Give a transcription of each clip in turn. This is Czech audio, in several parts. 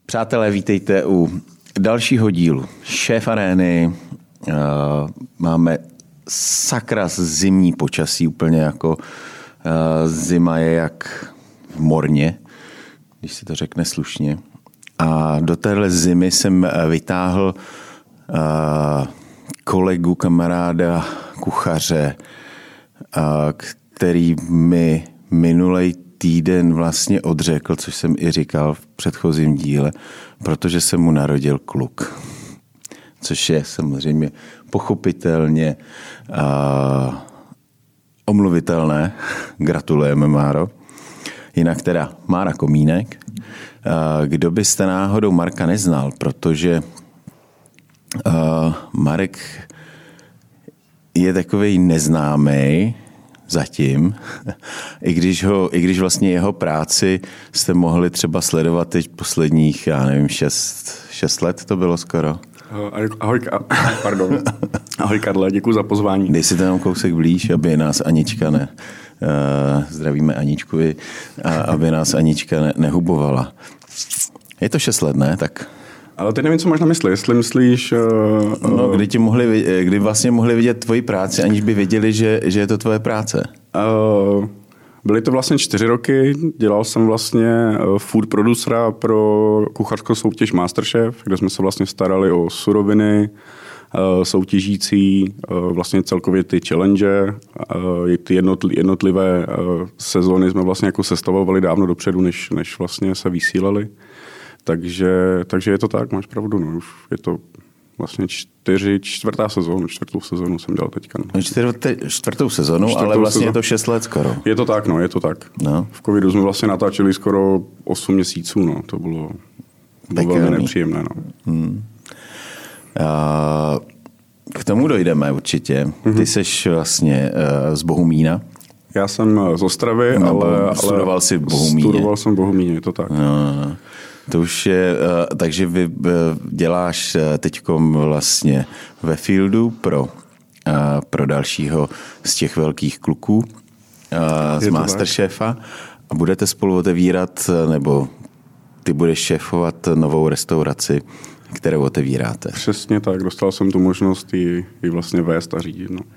Přátelé, vítejte u dalšího dílu Šéf Arény. Máme sakra zimní počasí, úplně jako zima je jak v morně, když si to řekne slušně. A do téhle zimy jsem vytáhl kolegu, kamaráda, kuchaře, který mi minulej týden vlastně odřekl, což jsem i říkal v předchozím díle, protože se mu narodil kluk. Což je samozřejmě pochopitelně omluvitelné. Gratulujeme, Máro. Jinak teda Mára Komínek. Kdo byste náhodou Marka neznal, protože Marek je takovej neznámý zatím, i když vlastně jeho práci jste mohli třeba sledovat teď posledních, já nevím, 6 let to bylo skoro. Ahoj Karle, děkuji za pozvání. Dej si tam kousek blíž, aby nás Anička zdravíme Aničkovi, aby nás Anička nehubovala. Je to 6 let, ne? Tak... Ale teď nevím, co máš na mysli. Jestli myslíš... No, kdy vlastně mohli vidět tvoji práci, aniž by věděli, že je to tvoje práce? Byly to vlastně 4 roky. Dělal jsem vlastně food producera pro kuchařskou soutěž Masterchef, kde jsme se vlastně starali o suroviny, soutěžící, vlastně celkově ty challenge, ty jednotlivé sezóny jsme vlastně jako sestavovali dávno dopředu, než vlastně se vysílali. Takže je to tak, máš pravdu, no. Už je to vlastně čtvrtou sezónu jsem dělal teďka. No. Čtvrtou sezónu, ale vlastně je to 6 let skoro. Je to tak, no, je to tak. No. V covidu jsme vlastně natáčeli skoro 8 měsíců, no. To bylo velmi nepříjemné, no. K tomu dojdeme určitě. Ty seš vlastně z Bohumína. Já jsem z Ostravy, ale studoval jsi v Bohumíně. Studoval jsem v Bohumíně, je to tak. No. To už je, takže vy děláš teďkom vlastně ve fieldu pro dalšího z těch velkých kluků z Masterchefa a budete spolu otevírat, nebo ty budeš šéfovat novou restauraci, kterou otevíráte. Přesně tak, dostal jsem tu možnost ji vlastně vést a řídit. No.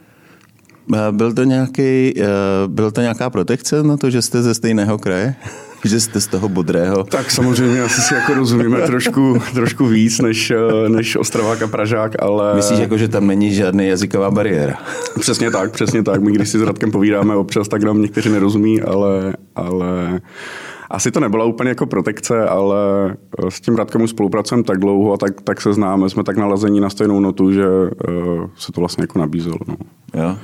Byl to nějaká protekce na to, že jste ze stejného kraje? Že jste z toho Bodrého? Tak samozřejmě asi si jako rozumíme trošku víc než Ostravák a Pražák, ale... Myslíš jako, že tam není žádný jazyková bariéra? Přesně tak. My když si s Radkem povídáme občas, tak nám někteří nerozumí, ale asi to nebyla úplně jako protekce, ale s tím Radkem už spolupracujeme tak dlouho a tak se známe, jsme tak nalazení na stejnou notu, že se to vlastně jako nabízelo. No. Jo?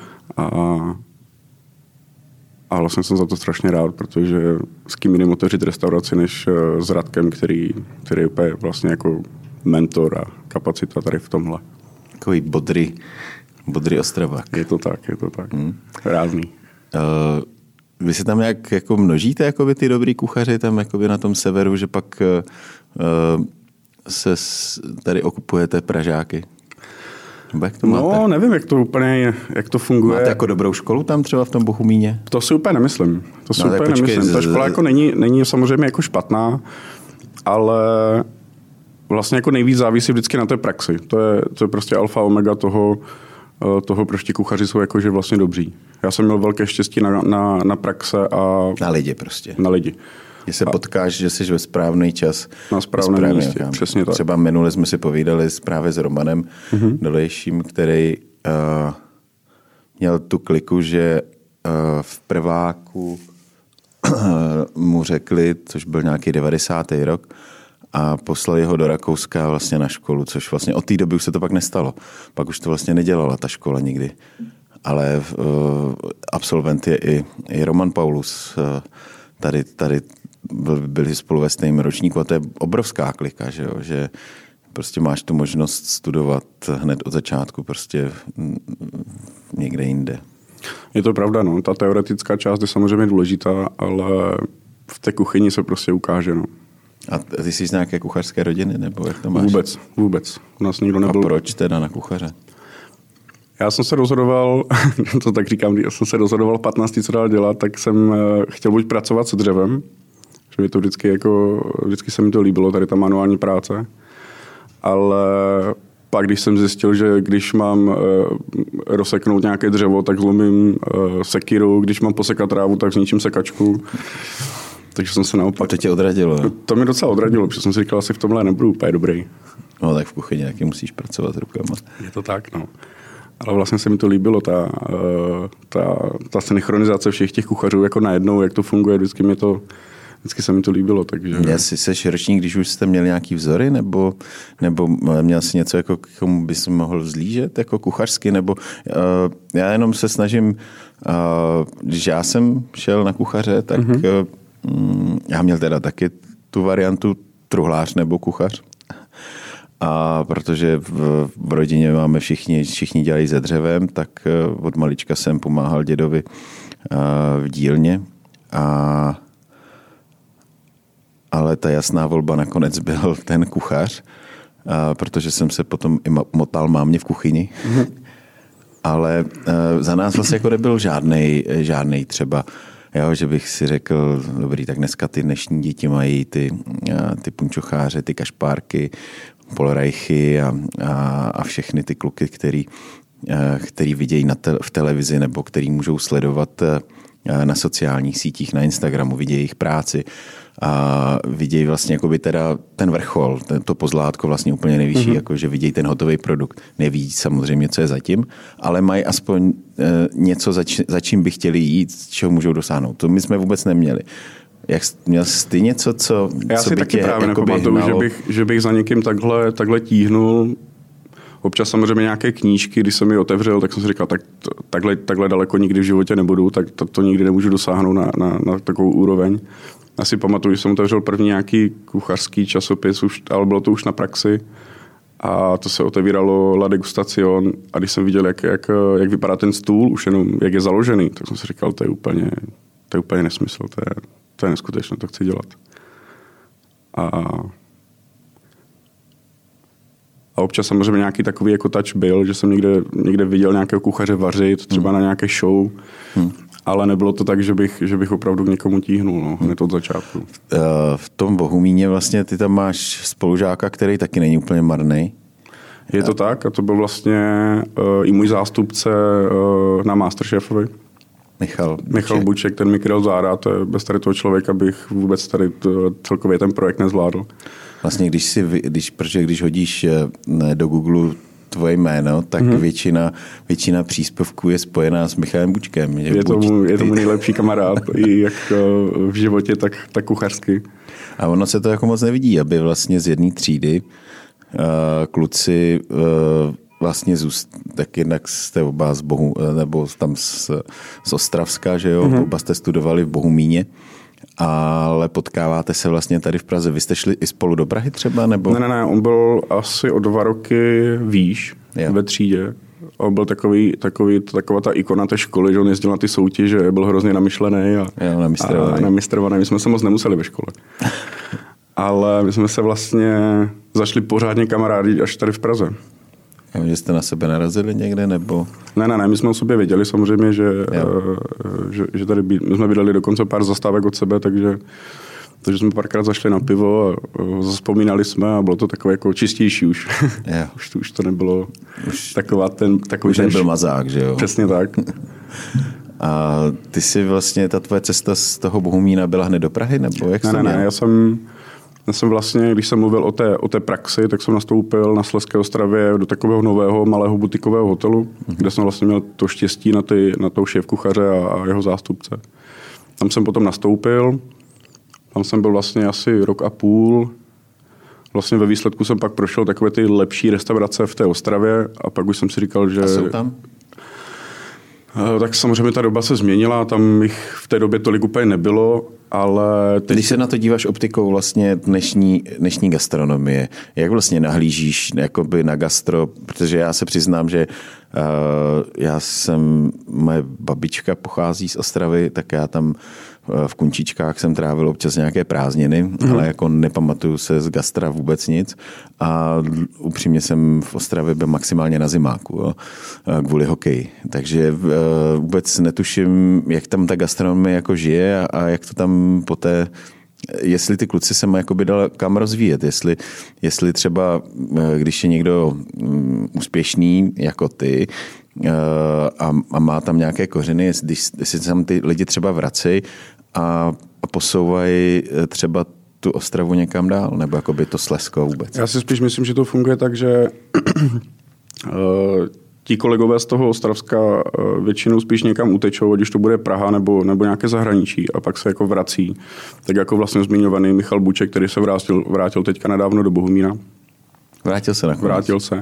A vlastně jsem za to strašně rád, protože s kým jiným otevřít restauraci než s Radkem, který je úplně vlastně jako mentor a kapacita tady v tomhle. Takový bodrý Ostravák. Je to tak. Rázný. Vy se tam nějak jako množíte, jakoby ty dobrý kuchaři tam jakoby na tom severu, že pak se tady okupujete Pražáky? No, nevím, jak to funguje. Máte jako dobrou školu tam třeba v tom Bohumíně? To si úplně nemyslím. Ta škola jako není samozřejmě jako špatná, ale vlastně jako nejvíc závisí vždycky na té praxi. To je prostě alfa omega toho, proč ti kuchaři jsou jakože vlastně dobří. Já jsem měl velké štěstí na praxe a... Na lidi prostě. Na lidi. Když se potkáš, že jsi ve správný čas. Na správném místě, přesně tak. Třeba minule jsme si povídali právě s Romanem Dolejším, který měl tu kliku, že v prváku mu řekli, což byl nějaký 90. rok, a poslali ho do Rakouska vlastně na školu, což vlastně od té doby už se to pak nestalo. Pak už to vlastně nedělala ta škola nikdy. Ale absolvent je i Roman Paulus. Tady byli spolu ve stejném ročníku a to je obrovská klika, že prostě máš tu možnost studovat hned od začátku prostě někde jinde. Je to pravda, no. Ta teoretická část je samozřejmě důležitá, ale v té kuchyni se prostě ukáže, no. A ty jsi z nějaké kuchařské rodiny, nebo jak to máš? Vůbec. U nás nikdo nebyl. A proč teda na kuchaře? Já jsem se rozhodoval, to tak říkám, já jsem se rozhodoval 15. co dál dělat, tak jsem chtěl buď pracovat s dřevem, že mi to vždycky se mi to líbilo, tady ta manuální práce. Ale pak, když jsem zjistil, že když mám rozseknout nějaké dřevo, tak zlomím sekiru, když mám posekat trávu, tak zničím sekačku. Takže jsem se naopak... To tě odradilo, ne? To mě docela odradilo, protože jsem si říkal, asi v tomhle nebudu úplně dobrý. No tak v kuchyni taky musíš pracovat rukama. Je to tak, no. Ale vlastně se mi to líbilo, ta synchronizace všech těch kuchařů jako najednou, jak to funguje, vždycky se mi to líbilo. Takže... Jestli seš ročník, když už jste měli nějaký vzory, nebo měl jsi něco, jako k komu bys mohl vzlížet, jako kuchařsky, nebo já jenom se snažím, když já jsem šel na kuchaře, tak já měl teda taky tu variantu truhlář nebo kuchař. A protože v rodině máme všichni dělají se dřevem, tak od malička jsem pomáhal dědovi v dílně. Ale ta jasná volba nakonec byl ten kuchař, protože jsem se potom i motal mámě v kuchyni. Ale za nás vlastně jako nebyl žádnej třeba, jo, že bych si řekl, dobrý, tak dneska ty dnešní děti mají ty punčocháře, ty kašpárky, polrajchy a všechny ty kluky, který vidějí v televizi nebo který můžou sledovat na sociálních sítích, na Instagramu, vidějí jejich práci a vidějí vlastně jakoby teda ten vrchol, to pozlátko vlastně úplně nejvyšší, jako že vidějí ten hotový produkt. Neví samozřejmě, co je zatím, ale mají aspoň něco, za čím by chtěli jít, čeho můžou dosáhnout. To my jsme vůbec neměli. Měl jsi ty něco, co já si taky právě nepamatuju, že bych za někým takhle tíhnul. Občas samozřejmě nějaké knížky, když jsem je otevřel, tak jsem si říkal, tak takhle daleko nikdy v životě nebudu, tak to nikdy nemůžu dosáhnout na takovou úroveň. Já si pamatuju, že jsem otevřel první nějaký kuchařský časopis, ale bylo to už na praxi. A to se otevíralo La Degustación a když jsem viděl, jak vypadá ten stůl, už jenom jak je založený, tak jsem si říkal, to je úplně nesmysl, to je neskutečné, to chci dělat. A občas samozřejmě nějaký takový jako touch byl, že jsem někde viděl nějakého kuchaře vařit, třeba na nějaké show, ale nebylo to tak, že bych opravdu k někomu tíhnul, no, hned od začátku. V tom Bohumíně vlastně ty tam máš spolužáka, který taky není úplně marný. Je to tak a to byl vlastně i můj zástupce na Masterchefovi. Michal Buček, ten mi kryl záda, to je bez tady toho člověka bych vůbec tady celkově ten projekt nezvládl. Vlastně když hodíš do Google tvoje jméno, tak většina příspěvků je spojená s Michalem Bučkem. Je to můj nejlepší kamarád, i jak v životě, tak kuchařsky. A ono se to jako moc nevidí, aby vlastně z jedné třídy kluci vlastně tak jednak jste oba nebo tam z Ostravska, že jo, oba jste studovali v Bohumíně, ale potkáváte se vlastně tady v Praze. Vy jste šli i spolu do Prahy třeba, nebo? Ne, on byl asi o 2 roky výš ve třídě. On byl taková ta ikona té školy, že on jezdil na ty soutěže, byl hrozně namyšlený a namistrovaný. My jsme se moc nemuseli ve škole. Ale my jsme se vlastně zašli pořádně kamarádit až tady v Praze. A že jste na sebe narazili někde, nebo? Ne, my jsme o sobě věděli samozřejmě, že tady my jsme vydali dokonce pár zastávek od sebe, takže jsme párkrát zašli na pivo a vzpomínali jsme a bylo to takové jako čistější už. už to nebylo takový nebyl mazák, že jo? Přesně tak. A ty si vlastně, ta tvoje cesta z toho Bohumína byla hned do Prahy, nebo jak jsi měl? Ne, já jsem vlastně, když jsem mluvil o té praxi, tak jsem nastoupil na Slezské Ostravě do takového nového malého butikového hotelu, kde jsem vlastně měl to štěstí na toho šéfkuchaře a jeho zástupce. Tam jsem potom nastoupil, tam jsem byl vlastně asi 1,5 roku. Vlastně ve výsledku jsem pak prošel takové ty lepší restaurace v té Ostravě a pak už jsem si říkal, že... A jsou tam? Tak samozřejmě ta doba se změnila, tam jich v té době tolik úplně nebylo, ale... Když se na to díváš optikou vlastně dnešní gastronomie, jak vlastně nahlížíš jakoby na gastro, protože já se přiznám, že moje babička pochází z Ostravy, tak já tam v Kunčičkách jsem trávil občas nějaké prázdniny, ale jako nepamatuju se z gastra vůbec nic a upřímně jsem v Ostravě byl maximálně na zimáku, jo, kvůli hokeji. Takže vůbec netuším, jak tam ta gastronomie jako žije a jak to tam poté jestli ty kluci se mají jakoby dal kam rozvíjet, jestli třeba, když je někdo úspěšný jako ty a má tam nějaké kořeny, jestli tam ty lidi třeba vracejí a posouvají třeba tu Ostravu někam dál, nebo jakoby to Slezsko vůbec. Já si spíš myslím, že to funguje tak, že ti kolegové z toho Ostravska většinou spíš někam utečou, když to bude Praha nebo nějaké zahraničí a pak se jako vrací. Tak jako vlastně zmiňovaný Michal Buček, který se vrátil teďka nedávno do Bohumína. Vrátil se nakonec. Vrátil se.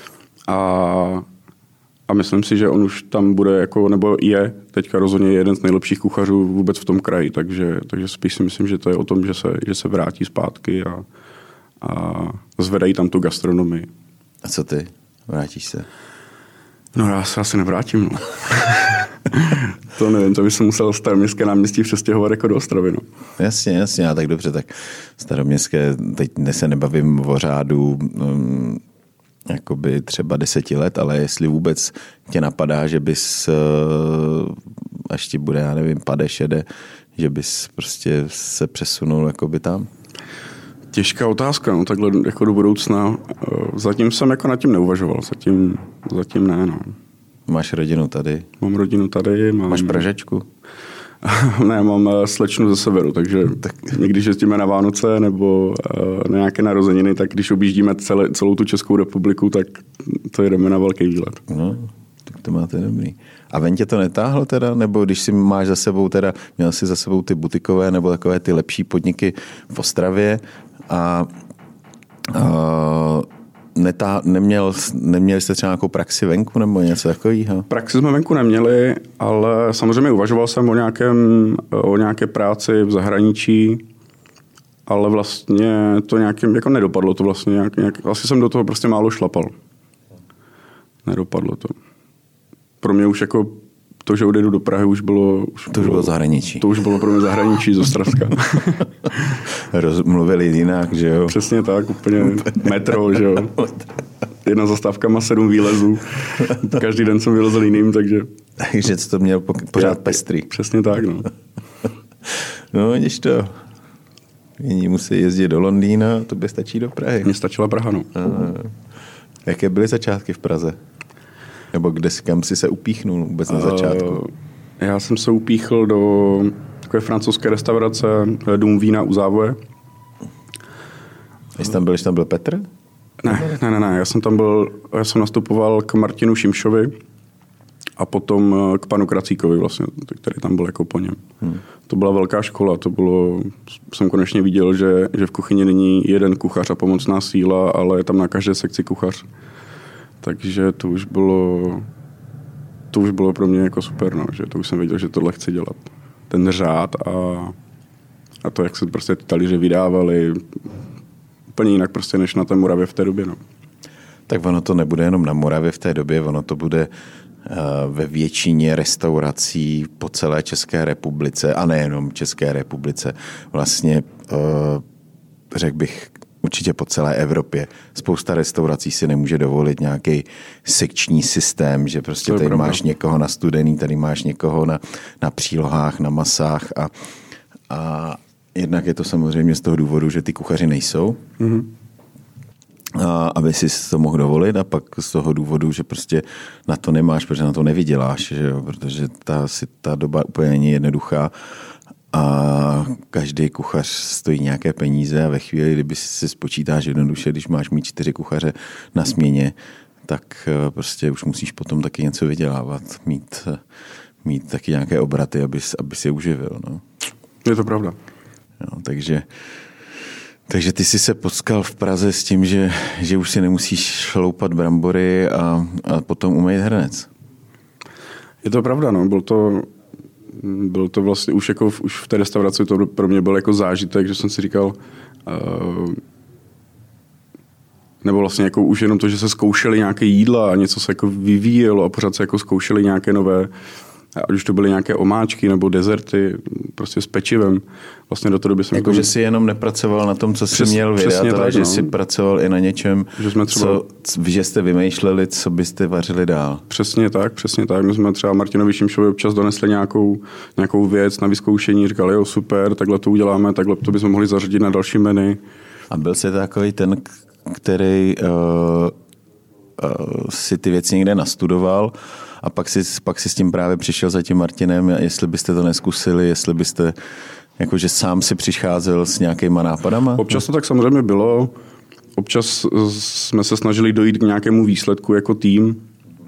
A myslím si, že on už tam bude jako, nebo je teďka rozhodně jeden z nejlepších kuchařů vůbec v tom kraji, takže spíš si myslím, že to je o tom, že se vrátí zpátky a zvedají tam tu gastronomii. A co ty? Vrátíš se? No já se asi nevrátím. No. To nevím, to by se musel Staroměstské náměstí přestěhovat jako do Ostravy. No. Jasně, a tak dobře, tak Staroměstské, teď se nebavím o řádu jakoby třeba 10 let, ale jestli vůbec tě napadá, že bys, až ti bude, já nevím, pade, šede, že bys prostě se přesunul jakoby tam? Těžká otázka, no takhle jako do budoucna. Zatím jsem jako nad tím neuvažoval, zatím ne, no. Máš rodinu tady? Mám rodinu tady. Máš Pražačku? Ne, mám slečnu ze severu, takže někdy jezdíme na Vánoce nebo na nějaké narozeniny, tak když objíždíme celou tu Českou republiku, tak to jedeme na velký výlet. No, tak to máte dobrý. A ven tě to netáhlo teda? Nebo když si máš za sebou teda, měl jsi za sebou ty butikové nebo takové ty lepší podniky v Ostravě a neměli jste třeba nějakou praxi venku nebo něco takového? Praxi jsme venku neměli, ale samozřejmě uvažoval jsem o nějaké práci v zahraničí, ale vlastně to nějakým jako nedopadlo to vlastně nějak, asi jsem do toho prostě málo šlapal. Nedopadlo to. Pro mě už jako to, že odjedu do Prahy, už bylo zahraničí. To už bylo pro mě zahraničí z Ostravska. Mluvili jinak, že jo? Přesně tak, úplně metro, že jo? Jedna zastávka má 7 výlezů. Každý den jsem vylezl jiným, takže... Takže to měl pořád pestrý. Přesně tak, no. No, vidíš to. Jiní musí jezdit do Londýna, to by stačí do Prahy. Mně stačila Praha, no. Jaké byly začátky v Praze? Nebo kam jsi se upíchnul vůbec na začátku? Já jsem se upíchl do takové francouzské restaurace Dům vína u Závoje. Jsi tam byl Petr? Ne. Já jsem nastupoval k Martinu Šimšovi a potom k panu Kracíkovi vlastně, který tam byl jako po něm. To byla velká škola, jsem konečně viděl, že v kuchyni není jeden kuchař a pomocná síla, ale je tam na každé sekci kuchař. Takže to už bylo pro mě jako super, no, že to už jsem věděl, že tohle chci dělat. Ten řád a to, jak se prostě ty talíře vydávali, úplně jinak prostě než na té Moravě v té době. No. Tak ono to nebude jenom na Moravě v té době, ono to bude ve většině restaurací po celé České republice a nejenom České republice. Vlastně řekl bych určitě po celé Evropě. Spousta restaurací si nemůže dovolit nějaký sekční systém, že prostě tady máš někoho na studený, tady máš někoho na přílohách, na masách a jednak je to samozřejmě z toho důvodu, že ty kuchaři nejsou, aby si to mohl dovolit a pak z toho důvodu, že prostě na to nemáš, protože na to nevyděláš, že jo? Protože ta doba úplně není jednoduchá a každý kuchař stojí nějaké peníze a ve chvíli, kdyby si spočítáš jednoduše, když máš mít 4 kuchaře na směně, tak prostě už musíš potom taky něco vydělávat, mít taky nějaké obraty, aby si je uživil. No. Je to pravda. No, takže ty jsi se potkal v Praze s tím, že už si nemusíš šloupat brambory a potom umýt hrnec. Je to pravda, no. Byl to vlastně už v té restauraci to pro mě byl jako zážitek, že jsem si říkal, nebo vlastně jako už jenom to, že se zkoušeli nějaké jídla a něco se jako vyvíjelo a pořád se jako zkoušeli nějaké ať už to byly nějaké omáčky nebo dezerty, prostě s pečivem. Vlastně do té doby jsem... Jako, že jsi jenom nepracoval na tom, co jsi měl vydat, ale že jsi pracoval i na něčem, že jsme třeba... že jste vymýšleli, co byste vařili dál. Přesně tak. My jsme třeba Martinovi Šimšovi občas donesli nějakou věc na vyzkoušení, říkali, jo, super, takhle to uděláme, takhle to bychom mohli zařadit na další menu. A byl jsi takový ten, který si ty věci někde nastudoval a pak si s tím právě přišel za tím Martinem, jestli byste to neskusili, jestli byste jakože sám si přicházel s nějakýma nápadama? Občas to tak samozřejmě bylo. Občas jsme se snažili dojít k nějakému výsledku jako tým,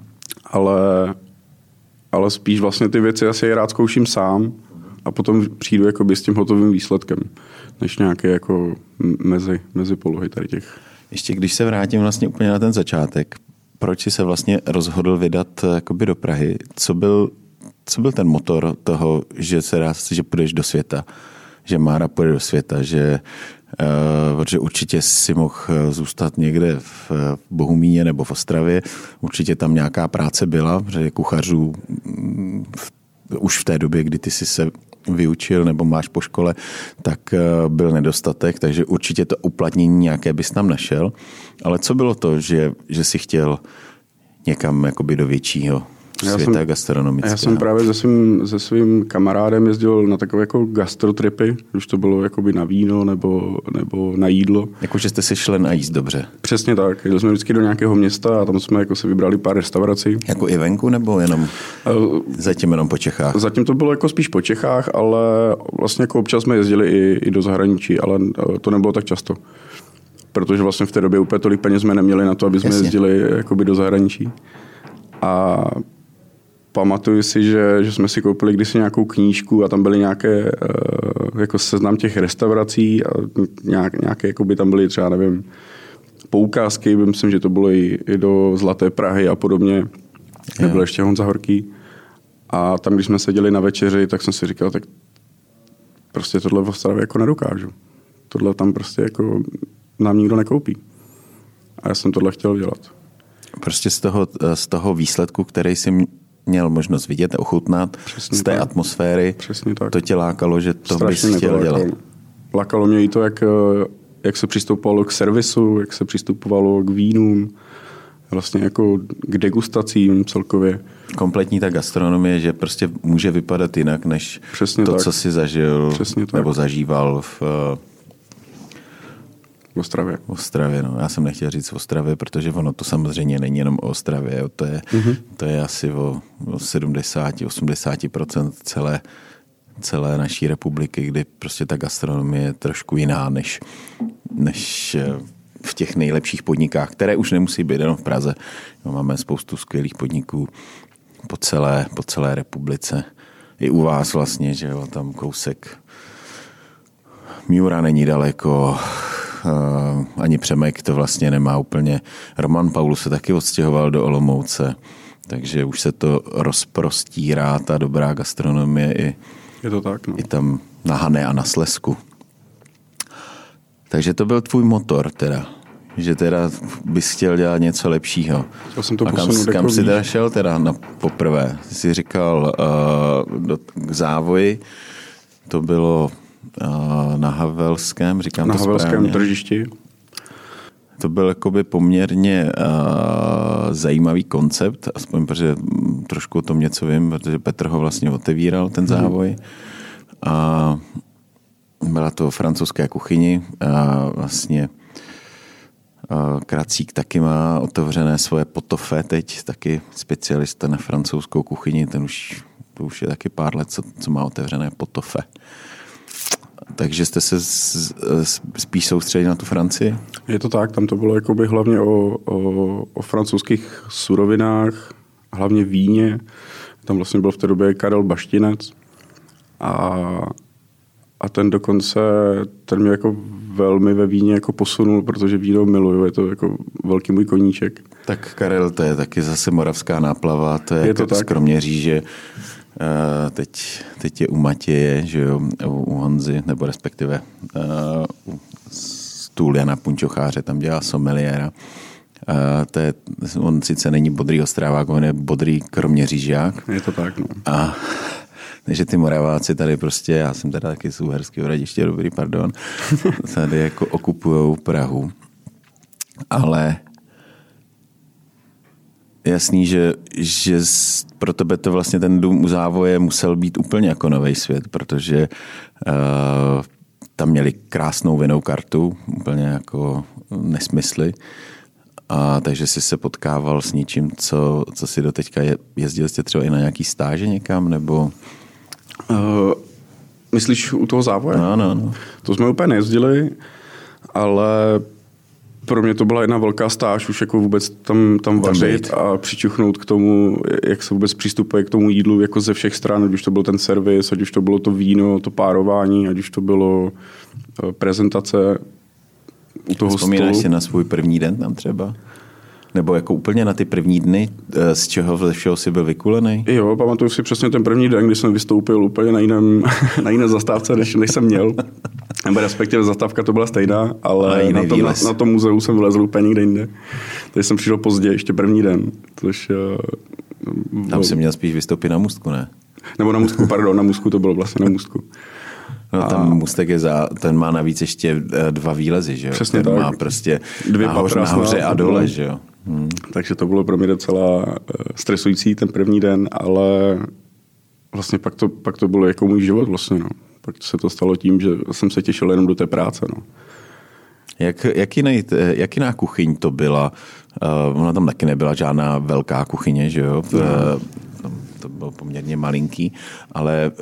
ale spíš vlastně ty věci asi rád zkouším sám a potom přijdu jakoby s tím hotovým výsledkem, než nějaké jako mezi polohy tady těch. Ještě když se vrátím vlastně úplně na ten začátek, proč jsi se vlastně rozhodl vydat jakoby do Prahy? Co byl ten motor toho, že půjdeš do světa, že Mára půjde do světa, že protože určitě si mohl zůstat někde v Bohumíně nebo v Ostravě, určitě tam nějaká práce byla, protože kuchařů už v té době, kdy ty jsi se vyučil nebo máš po škole, tak byl nedostatek, takže určitě to uplatnění nějaké bys tam našel. Ale co bylo to, že jsi chtěl někam jakoby do většího světa gastronomického? Já jsem právě se svým kamarádem jezdil na takové jako gastrotripy, už to bylo jakoby na víno nebo na jídlo. Jakože jste si šli najíst dobře. Přesně tak. Jeli jsme vždycky do nějakého města a tam jsme jako si vybrali pár restaurací. Jako i venku nebo jenom zatím jenom po Čechách? Zatím to bylo jako spíš po Čechách, ale vlastně jako občas jsme jezdili i do zahraničí, ale to nebylo tak často. Protože vlastně v té době úplně tolik peněz jsme neměli na to, aby jsme jezdili jakoby do zahraničí. A pamatuju si, že jsme si koupili kdysi nějakou knížku a tam byly nějaké jako seznam těch restaurací a nějaké jakoby tam byly třeba, nevím, poukázky, myslím, že to bylo i do Zlaté Prahy a podobně, kde byl ještě Honza Horký. A tam, když jsme seděli na večeři, tak jsem si říkal, tak prostě tohle v Ostravě jako nedokážu. Tohle tam prostě jako nám nikdo nekoupí. A já jsem tohle chtěl dělat. Prostě z toho výsledku, který jsi měl možnost vidět, ochutnat, přesně z té tak. Atmosféry, to tě lákalo, že to bys chtěl dělat. Lákalo mě i to, jak se přistupovalo k servisu, jak se přistupovalo k vínům, vlastně jako k degustacím celkově. Kompletní ta gastronomie, že prostě může vypadat jinak, než přesně to, tak. Co jsi zažil nebo zažíval v Ostravě, no. Já jsem nechtěl říct v Ostravě, protože ono to samozřejmě není jenom o Ostravě. Jo. To je asi o 70-80% celé naší republiky, kdy prostě ta gastronomie je trošku jiná, než v těch nejlepších podnikách, které už nemusí být jenom v Praze. Jo, máme spoustu skvělých podniků po celé republice. I u vás vlastně, že jo, tam kousek Miura není daleko, ani Přemek to vlastně nemá úplně. Roman Paulu se taky odstěhoval do Olomouce, takže už se to rozprostírá, ta dobrá gastronomie je to tak, no. I tam na Hané a na Slezsku. Takže to byl tvůj motor teda, že teda bys chtěl dělat něco lepšího. A kam jsi teda šel teda na poprvé? Jsi říkal k Závoji, to bylo na Havelském, říkám na to správně. Na Havelském tržišti. To byl jakoby poměrně zajímavý koncept, aspoň protože trošku o tom něco vím, protože Petr ho vlastně otevíral, ten Závoj. A byla to francouzské kuchyni a vlastně Kracík taky má otevřené svoje potofe teď, taky specialista na francouzskou kuchyni, to už je taky pár let, co má otevřené potofe. Takže jste se spíš soustředili na tu Francii? Je to tak, tam to bylo jakoby hlavně o francouzských surovinách, hlavně víně. Tam vlastně byl v té době Karel Baštinec a ten dokonce, ten mě jako velmi ve víně jako posunul, protože víno miluju, je to jako velký můj koníček. Tak Karel, to je taky zase moravská náplava, to je jako z Kroměříže. Teď je u Matěje, že jo, u Honzy, nebo respektive u Tuliana Punčocháře, tam dělá someliéra. On sice není Bodrý Ostravák, on je Bodrý Kroměřížák. Je to tak, no. Takže ty Moraváci tady prostě, já jsem teda taky z Uherského Hradiště, dobrý, pardon, tady jako okupujou Prahu. Ale jasný, že pro tebe to vlastně ten dům u Závoje musel být úplně jako nový svět, protože tam měli krásnou vinnou kartu, úplně jako nesmysly. A takže jsi se potkával s něčím, co si doteďka jezdil jste třeba i na nějaký stáže někam, nebo... Myslíš u toho Závoje? No. To jsme úplně nejezdili, ale pro mě to byla jedna velká stáž, už jako vůbec tam vařit a přičuchnout k tomu, jak se vůbec přistupuje k tomu jídlu jako ze všech stran, ať už to byl ten servis, ať už to bylo to víno, to párování, ať už to bylo prezentace u toho Vzpomínáš si na svůj první den tam třeba? Nebo jako úplně na ty první dny, z čeho ze všeho jsi byl vykulený? Jo, pamatuju si přesně ten první den, kdy jsem vystoupil úplně na jiné zastávce, než jsem měl. Nebo respektive zastávka to byla stejná, ale na tom muzeu jsem vylezl úplně někde jinde. Takže jsem přišel pozdě, ještě první den. Tam jsi měl spíš vystoupit na Můstku, ne? Nebo na Můstku, pardon, na Můstku to bylo vlastně na Můstku. No tam Můstek je ten má navíc ještě 2 výlezy, že jo? Přesně ten tak. má prostě 2 patra nahoře a dole, že jo? Takže to bylo pro mě docela stresující ten první den, ale vlastně pak to bylo jako můj život vlastně, no. Pak se to stalo tím, že jsem se těšil jenom do té práce, no. Jak jiná kuchyň to byla? Ona tam taky nebyla žádná velká kuchyně, že jo? To bylo poměrně malinký, ale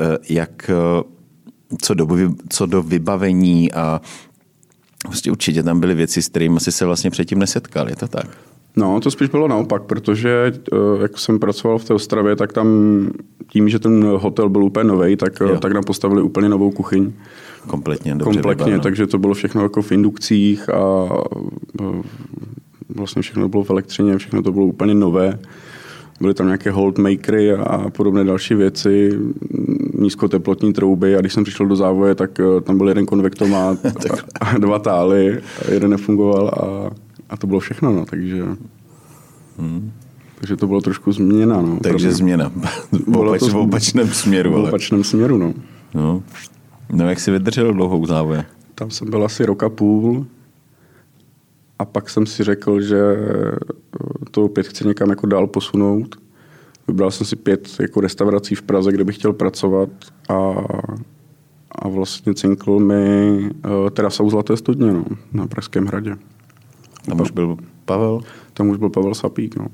co do vybavení a prostě určitě tam byly věci, s kterými si se vlastně předtím nesetkal, je to tak? No, to spíš bylo naopak, protože jak jsem pracoval v té Ostravě, tak tam tím, že ten hotel byl úplně novej, tak nám postavili úplně novou kuchyň. Kompletně, takže to bylo všechno jako v indukcích a vlastně všechno bylo v elektřině, všechno to bylo úplně nové. Byly tam nějaké holdmakery a podobné další věci, nízkoteplotní trouby a když jsem přišel do Závoje, tak tam byl jeden konvektomat a 2 tály, a jeden nefungoval a to bylo všechno, no, takže to bylo trošku změna. No, takže změna. V opačném směru. V opačném směru, no. No, jak jsi vydržel dlouho u Závoje? Tam jsem byl asi 1,5 roku a pak jsem si řekl, že to opět chci někam jako dál posunout. Vybral jsem si 5 jako restaurací v Praze, kde bych chtěl pracovat a vlastně cinkl mi terasa u Zlaté studně, no, na Pražském hradě. Tam už byl Pavel? Tam už byl Pavel Sapík, no.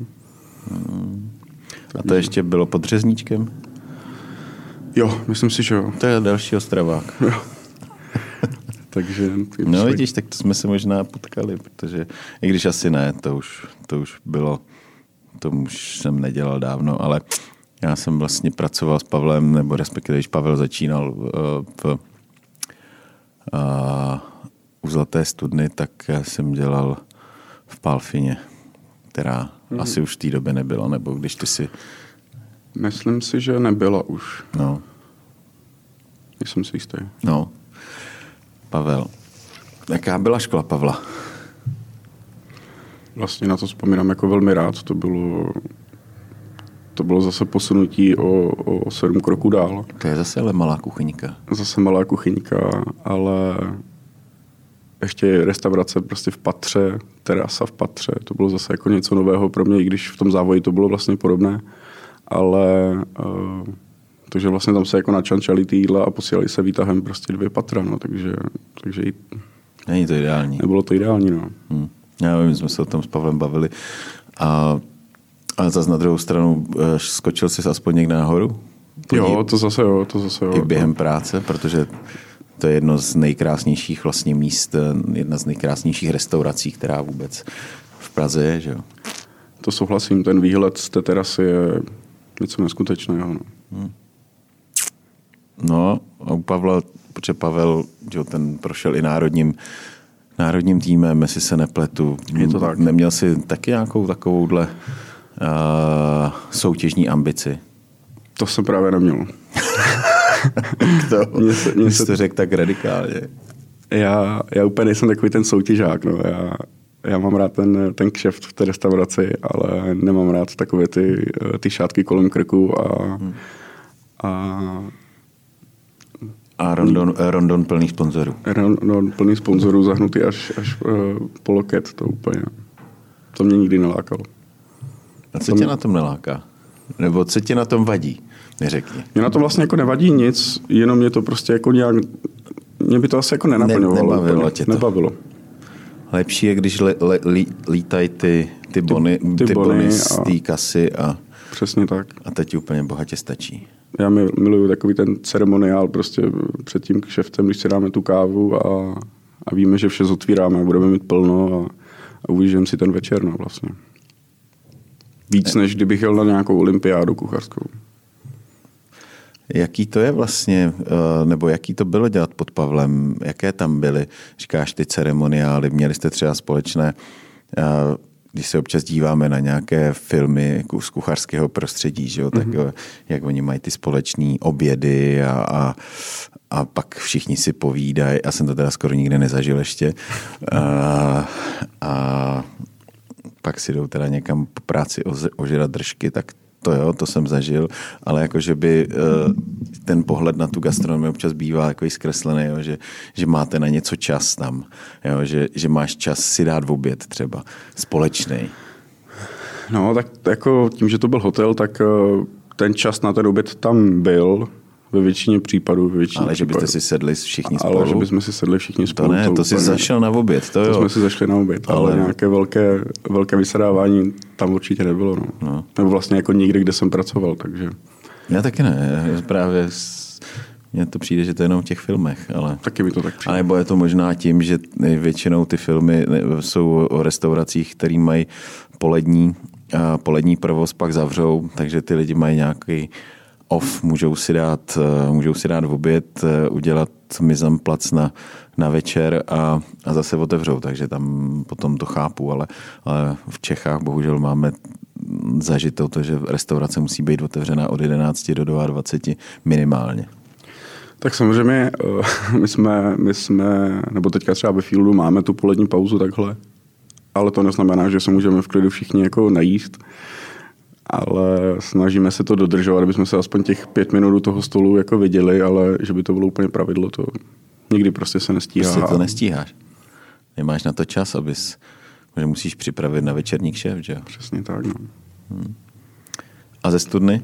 A to ještě bylo pod Řezníčkem? Jo, myslím si, že jo. To je další Ostravák. Jo. Takže no vidíš, tak to jsme se možná potkali, protože i když asi ne, to už bylo, to už jsem nedělal dávno, ale já jsem vlastně pracoval s Pavlem, nebo respektive, když Pavel začínal u Zlaté studny, tak já jsem dělal v Pálfině, která asi už v té době nebyla, nebo když ty si... Myslím si, že nebyla už. No. Jsem si jistý. No. Pavel. Jaká byla škola Pavla? Vlastně na to vzpomínám jako velmi rád. To bylo zase posunutí o 7 kroků dál. To je zase ale malá kuchyňka. Zase malá kuchyňka, ale ještě restaurace prostě v patře, terasa v patře. To bylo zase jako něco nového pro mě, i když v tom Závoji to bylo vlastně podobné. Ale takže vlastně tam se jako načančali ty jídla a posílali se výtahem prostě 2 patra, no, takže není to ideální. Nebylo to ideální, no. Já vím, jsme se o tom s Pavlem bavili a zase na druhou stranu skočil jsi aspoň někde nahoru? Jo, to zase jo. I během práce, protože to je jedno z nejkrásnějších vlastně míst, jedna z nejkrásnějších restaurací, která vůbec v Praze je, že jo? To souhlasím, ten výhled z té terasy je něco neskutečného, no. No, a u Pavla, protože Pavel, že ten prošel i národním týmem, jestli se nepletu. Je to tak. Neměl si taky nějakou takovouhle soutěžní ambici? To jsem právě neměl. Mě to řekl tak radikálně. Já úplně nejsem takový ten soutěžák, no. já mám rád ten kšeft v té restauraci, ale nemám rád takové ty šátky kolem krku a rondon plný sponzorů. Rondon plný sponzorů, zahnutý až po loket, to úplně. To mě nikdy nelákalo. A co tě na tom neláká? Nebo co tě na tom vadí? Neřekni. Mě na tom vlastně jako nevadí nic, jenom mě to prostě jako nějak, mě by to asi jako nenaplňovalo. Nebavilo tě to. Nebavilo. Lepší je, když lítají ty bony z té kasy a přesně tak. A teď úplně bohatě stačí. Já miluju takový ten ceremoniál prostě před tím kšeftem, když si dáme tu kávu a víme, že vše zotvíráme a budeme mít plno a užijeme si ten večer, no vlastně. Víc, než kdybych jel na nějakou olympiádu kuchařskou. Jaký to je vlastně, nebo jaký to bylo dělat pod Pavlem? Jaké tam byly, říkáš, ty ceremoniály? Měli jste třeba společné, když se občas díváme na nějaké filmy jako z kuchařského prostředí, že jo, tak jak oni mají ty společné obědy a pak všichni si povídají. Já jsem to teda skoro nikdy nezažil ještě. A pak si jdou teda někam po práci ožerat držky, tak to jsem zažil, ale jako, že by ten pohled na tu gastronomii občas bývá jako zkreslený, jo, že máte na něco čas tam, jo, že máš čas si dát v oběd třeba, společnej. No, tak jako tím, že to byl hotel, tak ten čas na ten oběd tam byl, ve většině případů. Ale že byste si sedli všichni spolu? Ale že bychom si sedli všichni spolu. To ne, to jsi zašel na oběd, to jo. To jsme si zašli na oběd, ale nějaké velké vysedávání tam určitě nebylo. No. Nebo vlastně jako nikde, kde jsem pracoval, takže... Já taky ne, právě mně to přijde, že to je jenom v těch filmech, ale... Taky mi to tak přijde. A nebo je to možná tím, že většinou ty filmy jsou o restauracích, které mají polední provoz, pak zavřou, takže ty lidi mají nějaký off, můžou si dát v oběd, udělat mise en place na večer a zase otevřou, takže tam potom to chápu, ale v Čechách bohužel máme zažito to, že restaurace musí být otevřená od 11 do 22 minimálně. Tak samozřejmě my jsme, nebo teďka třeba ve Fieldu máme tu polední pauzu takhle, ale to neznamená, že se můžeme v klidu všichni jako najíst, ale snažíme se to dodržovat, aby jsme se aspoň těch 5 minut do toho stolu jako viděli, ale že by to bylo úplně pravidlo, to nikdy prostě se nestíhá. Prostě to nestíháš. Nemáš na to čas, že musíš připravit na večerní kšeft, že jo? Přesně tak, no. A ze Studny?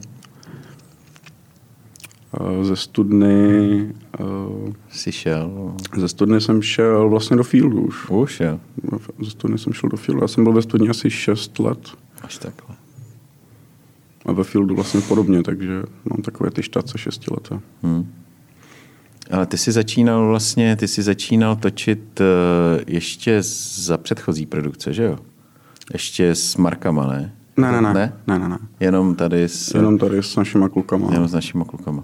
Ze Studny... Jsi šel? Ze Studny jsem šel vlastně do Fieldu už. Už, jo? Ze Studny jsem šel do Fieldu. Já jsem byl ve Studni asi 6 let. Až takhle. A ve Fieldu vlastně podobně, takže mám takové ty štace 6 leté. Ale ty jsi začínal točit ještě za předchozí produkce, že jo? Ještě s Markama, ne? Ne. Jenom tady s našima klukama. Jenom s našima klukama.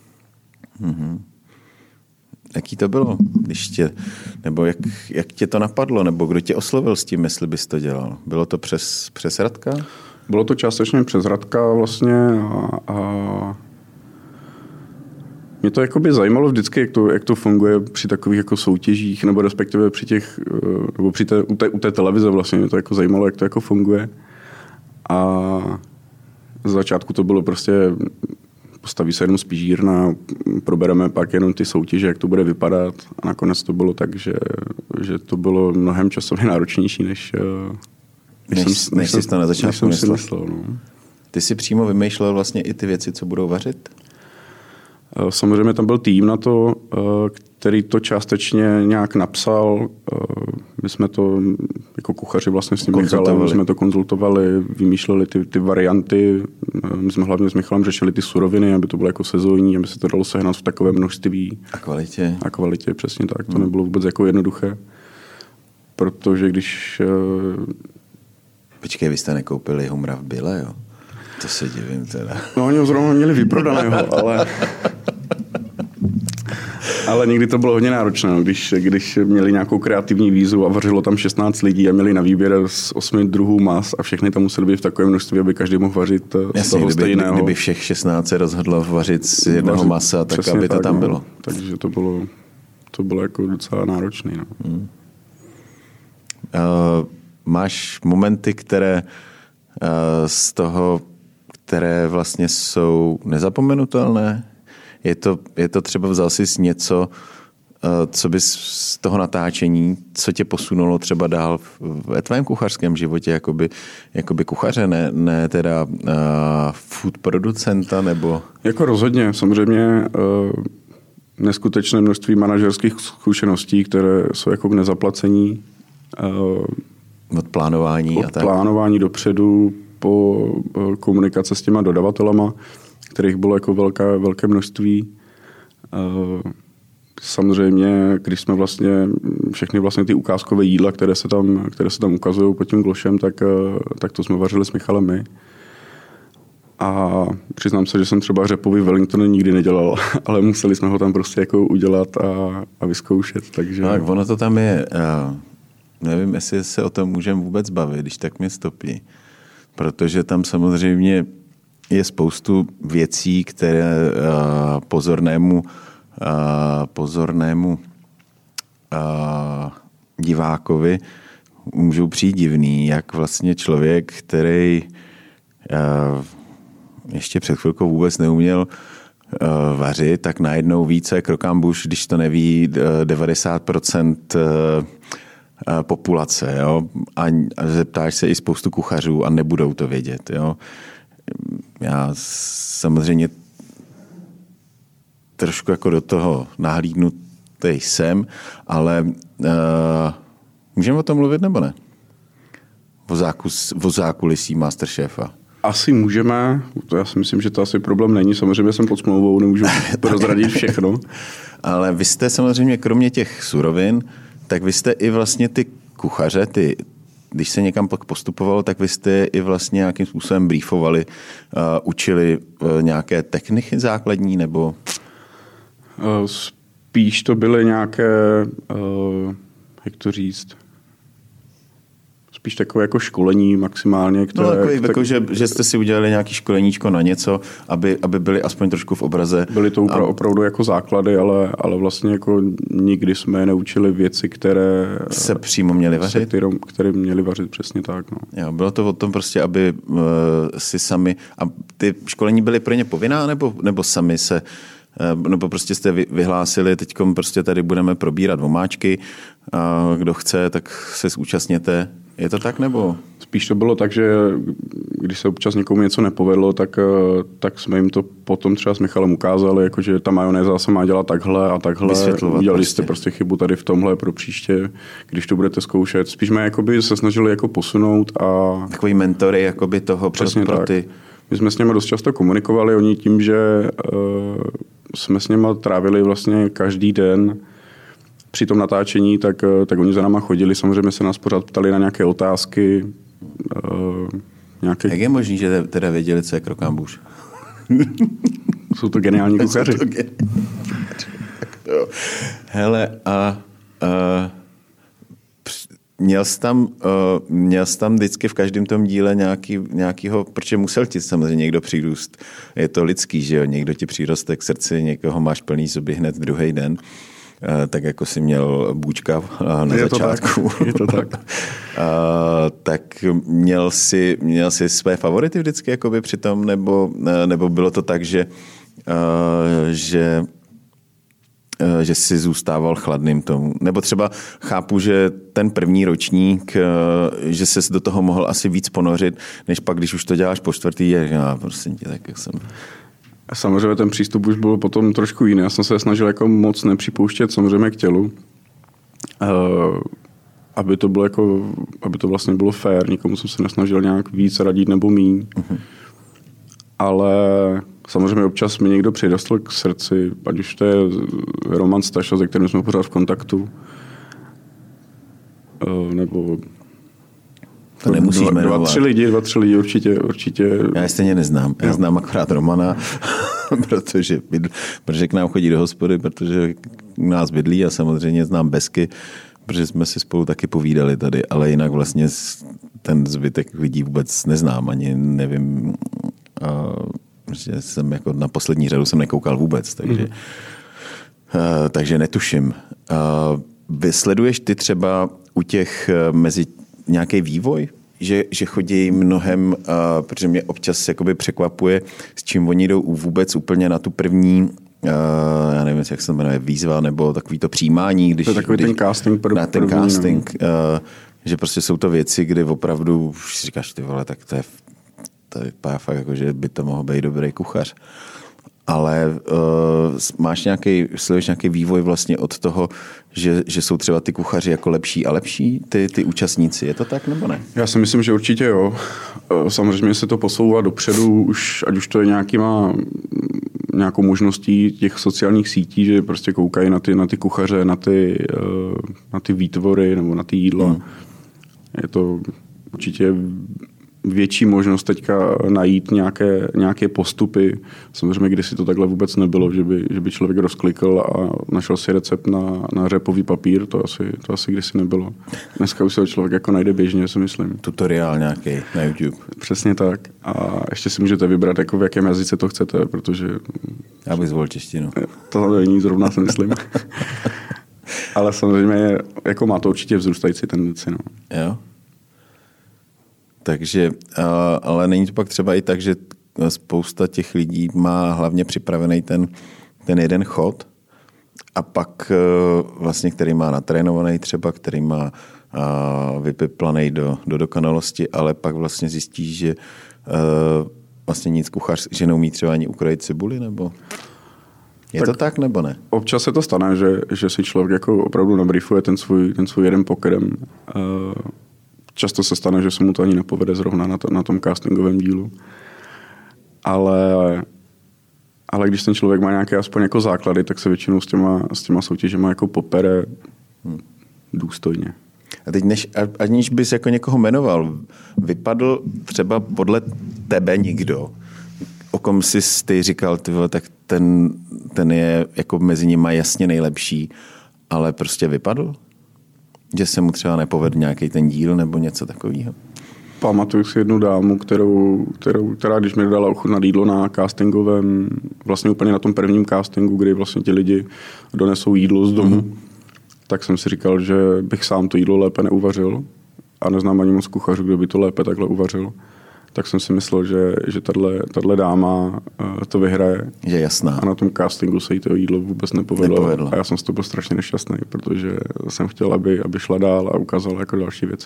Jaký to bylo, nebo jak tě to napadlo, nebo kdo tě oslovil s tím, jestli bys to dělal? Bylo to přes Radka? Bylo to částečně přes Radka vlastně a mě to jakoby zajímalo vždycky, jak to funguje při takových jako soutěžích, nebo respektive u té televize vlastně mě to jako zajímalo, jak to jako funguje. A z začátku to bylo prostě, postaví se jenom spižírna, probereme pak jenom ty soutěže, jak to bude vypadat. A nakonec to bylo tak, že to bylo mnohem časově náročnější, než jsi to na začátku myslel. No. Ty jsi přímo vymýšlel vlastně i ty věci, co budou vařit? Samozřejmě tam byl tým na to, který to částečně nějak napsal. My jsme to jako kuchaři vlastně s tím jsme to konzultovali, vymýšleli ty varianty. My jsme hlavně s Michalem řešili ty suroviny, aby to bylo jako sezónní, aby se to dalo sehnat v takové množství. A kvalitě, přesně tak. To nebylo vůbec jako jednoduché. Protože když... Počkej, vy jste nekoupili humra v Bile, jo? To se divím teda. No, oni ho zrovna měli vyprodaného, ale někdy to bylo hodně náročné, no, když měli nějakou kreativní výzvu a vařilo tam 16 lidí a měli na výběr z 8 druhů mas a všechny tam museli být v takovém množství, aby každý mohl vařit z toho stejného. Kdyby všech 16 se rozhodlo vařit z jednoho masa, tak aby to tam bylo. Takže to bylo jako docela náročné. No. máš momenty, které z toho, které vlastně jsou nezapomenutelné? Je to třeba vzal jsi něco, co bys z toho natáčení, co tě posunulo třeba dál ve tvém kuchařském životě, jakoby kuchaře, ne teda food producenta, nebo... Jako rozhodně, samozřejmě neskutečné množství manažerských zkušeností, které jsou jako nezaplacení. Od plánování a tak. Od plánování dopředu po komunikace s těma dodavatelama, kterých bylo jako velké množství. Samozřejmě, když jsme vlastně všechny vlastně ty ukázkové jídla, které se tam ukazují pod tím glošem, tak to jsme vařili s Michalem my. A přiznám se, že jsem třeba řepový Wellington nikdy nedělal, ale museli jsme ho tam prostě jako udělat a vyzkoušet. Takže... Tak ono to tam je, nevím, jestli se o tom můžeme vůbec bavit, když tak mě stopí. Protože tam samozřejmě je spoustu věcí, které pozornému divákovi můžou přijít divný, jak vlastně člověk, který ještě před chvilkou vůbec neuměl vařit, tak najednou ví, co je krokambuš, když to neví 90% populace. Jo? A zeptáš se i spoustu kuchařů a nebudou to vědět. Jo? Já samozřejmě trošku jako do toho nahlídnutý jsem, ale můžeme o tom mluvit, nebo ne? O zákulisí Masterchefa. Asi můžeme, já si myslím, že to asi problém není. Samozřejmě jsem pod smlouvou, nemůžu prozradit všechno. Ale vy jste samozřejmě, kromě těch surovin, tak vy jste i vlastně ty kuchaře, když se někam postupovalo, tak vy jste i vlastně nějakým způsobem briefovali, učili nějaké techniky základní, nebo... Spíš to byly nějaké, jak to říct, spíš takové jako školení maximálně. Jako, že jste si udělali nějaké školeníčko na něco, aby byli aspoň trošku v obraze. Byly to opravdu jako základy, ale vlastně jako nikdy jsme je neučili věci, které se přímo měli vařit. Které měli vařit, přesně tak. No. Jo, bylo to o tom prostě, aby si sami, a ty školení byly pro ně povinná, nebo sami se, nebo prostě jste vyhlásili, teďkom prostě tady budeme probírat omáčky, a kdo chce, tak se zúčastněte. Je to tak, nebo? Spíš to bylo tak, že když se občas někomu něco nepovedlo, tak jsme jim to potom třeba s Michalem ukázali, jakože ta majonéza se má dělat takhle a takhle. Udělali jste prostě chybu tady v tomhle pro příště, když to budete zkoušet. Spíš jsme jakoby se snažili jako posunout a... Takový mentory jakoby toho pro ty... My jsme s nimi dost často komunikovali, oni tím, že jsme s nimi trávili vlastně každý den při tom natáčení, tak oni za náma chodili, samozřejmě se nás pořád ptali na nějaké otázky. Jak je možný, že teda věděli, co je krokambuš? Jsou to geniální kuchaři. Hele, měl jsi tam vždycky v každém tom díle nějakýho, protože musel ti samozřejmě někdo přirůst. Je to lidský, že jo? Někdo ti přiroste k srdci, někoho máš plný zuby hned druhý den. Tak jako jsi měl Bůčka na začátku. Je to tak. Tak měl jsi své favority vždycky jakoby při tom, nebo bylo to tak, že jsi zůstával chladným tomu. Nebo třeba chápu, že ten první ročník, že jsi do toho mohl asi víc ponořit, než pak, když už to děláš po čtvrtý, já prosím tě, tak jak jsem... Samozřejmě ten přístup už byl potom trošku jiný. Já jsem se snažil jako moc nepřipouštět samozřejmě k tělu, aby to vlastně bylo fair. Nikomu jsem se nesnažil nějak víc radit nebo míň. Uh-huh. Ale samozřejmě občas mi někdo přirostl k srdci, ať už to je Roman Staša, se kterým jsme pořád v kontaktu, nebo... To nemusíš jmenovat. Dva, tři lidi určitě. Já je stejně neznám. Já znám akorát Romana, protože k nám chodí do hospody, protože u nás bydlí a samozřejmě znám Besky, protože jsme si spolu taky povídali tady, ale jinak vlastně ten zbytek lidí vůbec neznám, ani nevím, že jsem jako na poslední řadu jsem nekoukal vůbec, takže netuším. Vysleduješ ty třeba u těch nějaký vývoj? Že chodí mnohem, protože mě občas jakoby překvapuje, s čím oni jdou vůbec úplně na tu první, já nevím, jak se to jmenuje, výzva nebo takový to přijímání. Když, to je takový ten casting. Na ten casting, že prostě jsou to věci, kdy opravdu už si říkáš, ty vole, tak to je fakt jako, že by to mohl být dobrý kuchař. Ale máš sleduješ nějaký vývoj vlastně od toho, že jsou třeba ty kuchaři jako lepší a lepší, ty účastníci. Je to tak nebo ne? Já si myslím, že určitě jo. Samozřejmě se to posouvá dopředu, ať už to je nějakou možností těch sociálních sítí, že prostě koukají na ty kuchaře, na ty výtvory nebo na ty jídla. Je to určitě větší možnost teďka najít nějaké postupy. Samozřejmě kdysi to takhle vůbec nebylo, že by člověk rozklikl a našel si recept na řepový papír, to asi kdysi nebylo. Dneska už se člověk jako najde běžně, si myslím. Tutoriál nějaký na YouTube. Přesně tak. A ještě si můžete vybrat, jako v jakém jazyce to chcete, protože... Já bych zvolil češtinu. To není zrovna, si myslím. Ale samozřejmě jako má to určitě vzrůstající tendenci. No. Jo? Takže, ale není to pak třeba i tak, že spousta těch lidí má hlavně připravený ten jeden chod a pak vlastně, který má natrénovaný třeba, který má vypiplaný do dokonalosti, ale pak vlastně zjistí, že vlastně nic kuchař, že neumí třeba ani ukrojit cibuli, nebo... Je to tak, nebo ne? Občas se to stane, že si člověk jako opravdu nabriefuje ten svůj jeden pokerem. Často se stane, že se mu to ani nepovede zrovna na tom castingovém dílu. Ale když ten člověk má nějaké aspoň jako základy, tak se většinou s těma soutěžema jako popere důstojně. A teď, aniž bys jako někoho jmenoval, vypadl třeba podle tebe nikdo, o kom jsi ty říkal, tak ten je jako mezi nimi jasně nejlepší, ale prostě vypadl? Že se mu třeba nepovedl nějaký ten díl nebo něco takového? Pamatuju si jednu dámu, která když mi dala ochutnat jídlo na castingovém, vlastně úplně na tom prvním castingu, kdy vlastně ti lidi donesou jídlo z domu, tak jsem si říkal, že bych sám to jídlo lépe neuvařil a neznám ani moc kuchařů, kdo by to lépe takhle uvařil. Tak jsem si myslel, že tahle dáma to vyhraje. Je jasná. A na tom castingu se jí to jídlo vůbec nepovedlo. A já jsem z toho byl strašně nešťastný, protože jsem chtěl, aby šla dál a ukázala jako další věci.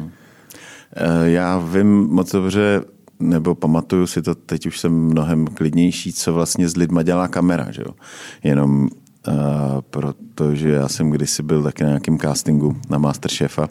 Já vím moc dobře, nebo pamatuju si to, teď už jsem mnohem klidnější, co vlastně s lidma dělá kamera. Že jo? Jenom protože já jsem kdysi byl taky na nějakém castingu na Masterchefa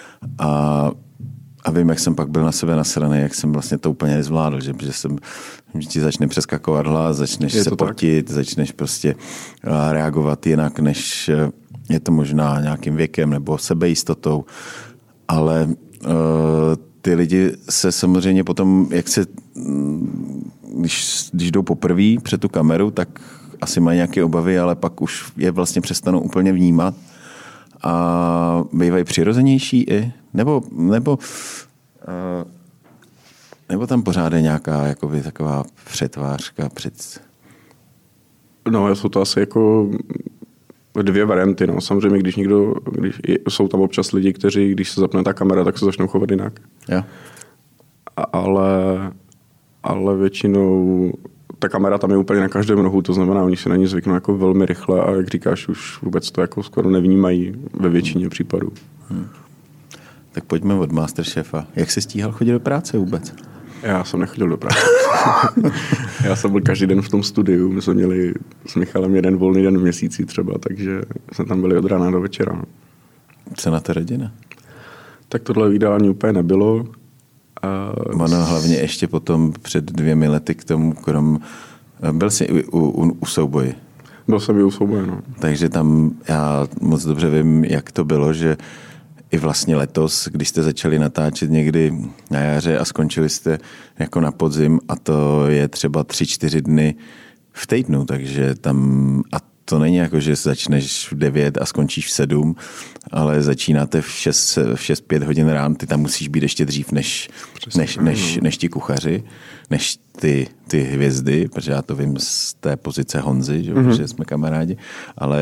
a vím, jak jsem pak byl na sebe nasraný, jak jsem vlastně to úplně nezvládl, že ti začne přeskakovat hlas, začneš se potit, začneš prostě reagovat jinak, než je to možná nějakým věkem nebo sebejistotou, ale ty lidi se samozřejmě potom, když jdou poprvé před tu kameru, tak asi mají nějaké obavy, ale pak už je vlastně přestanou úplně vnímat a bývají přirozenější i? Nebo tam pořád je nějaká jakoby taková přetvářka před... No, jsou to asi jako dvě varianty. No. Samozřejmě, když jsou tam občas lidi, kteří, když se zapne ta kamera, tak se začnou chovat jinak. Jo. Ale většinou ta kamera tam je úplně na každém rohu, to znamená, oni si na ní zvyknou jako velmi rychle a jak říkáš, už vůbec to jako skoro nevnímají ve většině případů. Tak pojďme od Masterchefa. Jak jsi stíhal chodit do práce vůbec? Já jsem nechodil do práce. Já jsem byl každý den v tom studiu. My jsme měli s Michalem jeden volný den v měsíci třeba, takže jsme tam byli od rána do večera. Co na to rodina? Tak tohle ideální úplně nebylo. Ono hlavně ještě potom před 2 lety k tomu, byl jsi u souboji. Byl jsem i u souboje, no. Takže tam já moc dobře vím, jak to bylo, že i vlastně letos, když jste začali natáčet někdy na jaře a skončili jste jako na podzim a to je třeba 3-4 dny v týdnu, takže tam, a to není jako, že začneš v 9 a skončíš v 7, ale začínáte v 6-5 hodin ráno, ty tam musíš být ještě dřív než ti kuchaři, než ty hvězdy, protože já to vím z té pozice Honzy, že jsme kamarádi, ale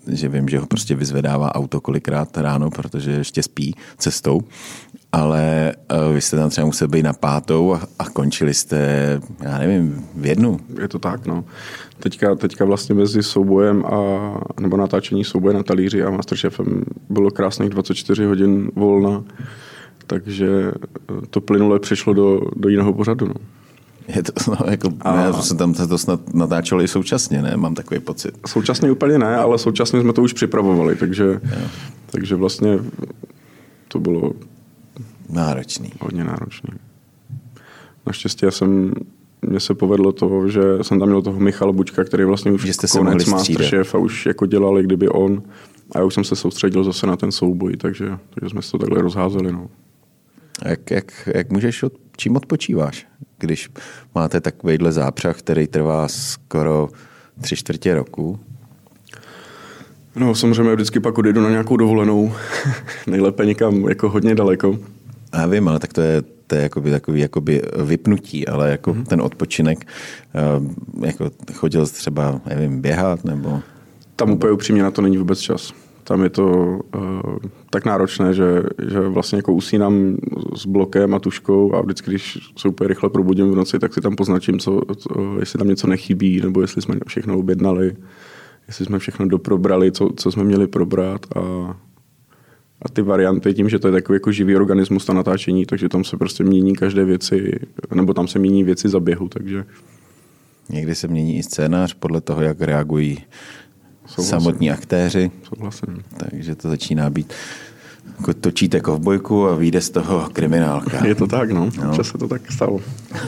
že vím, že ho prostě vyzvedává auto kolikrát ráno, protože ještě spí cestou, ale vy jste tam třeba museli být na 5. a končili jste, já nevím, v 1. Je to tak, no. Teďka vlastně mezi soubojem nebo natáčení souboje na talíři a Masterchefem bylo krásných 24 hodin volna, takže to plynule přešlo do jiného pořadu, no. Je to, no, jako, tam se to snad natáčelo i současně, ne? Mám takový pocit. Současně úplně ne, ale současně jsme to už připravovali, takže vlastně to bylo náročný. Hodně náročný. Naštěstí mně se povedlo to, že jsem tam měl toho Michala Bučka, který vlastně už konec Masterchef a už jako dělali, kdyby on. A já už jsem se soustředil zase na ten souboj, takže jsme se to takhle rozházeli. No. Jak můžeš, čím odpočíváš, když máte takovýhle zápřah, který trvá skoro 3/4 roku? No samozřejmě vždycky pak odjedu na nějakou dovolenou, nejlépe někam jako hodně daleko. Já vím, ale tak to je takový jakoby vypnutí, ale jako ten odpočinek, jako chodil třeba, nevím, běhat nebo... Tam úplně upřímně na to není vůbec čas. Tam je to tak náročné, že vlastně jako usínám s blokem a tuškou a vždycky, když se úplně rychle probudím v noci, tak si tam poznačím, jestli tam něco nechybí, nebo jestli jsme všechno objednali, jestli jsme všechno doprobrali, co jsme měli probrat a ty varianty tím, že to je takový jako živý organismus na natáčení, takže tam se prostě mění každé věci, nebo tam se mění věci za běhu, takže... Někdy se mění i scénář podle toho, jak reagují samotní aktéři. Souhlasím. Takže to začíná být... Jako točíte kovbojku a vyjde z toho kriminálka. Je to tak, no. Občas se to tak stalo.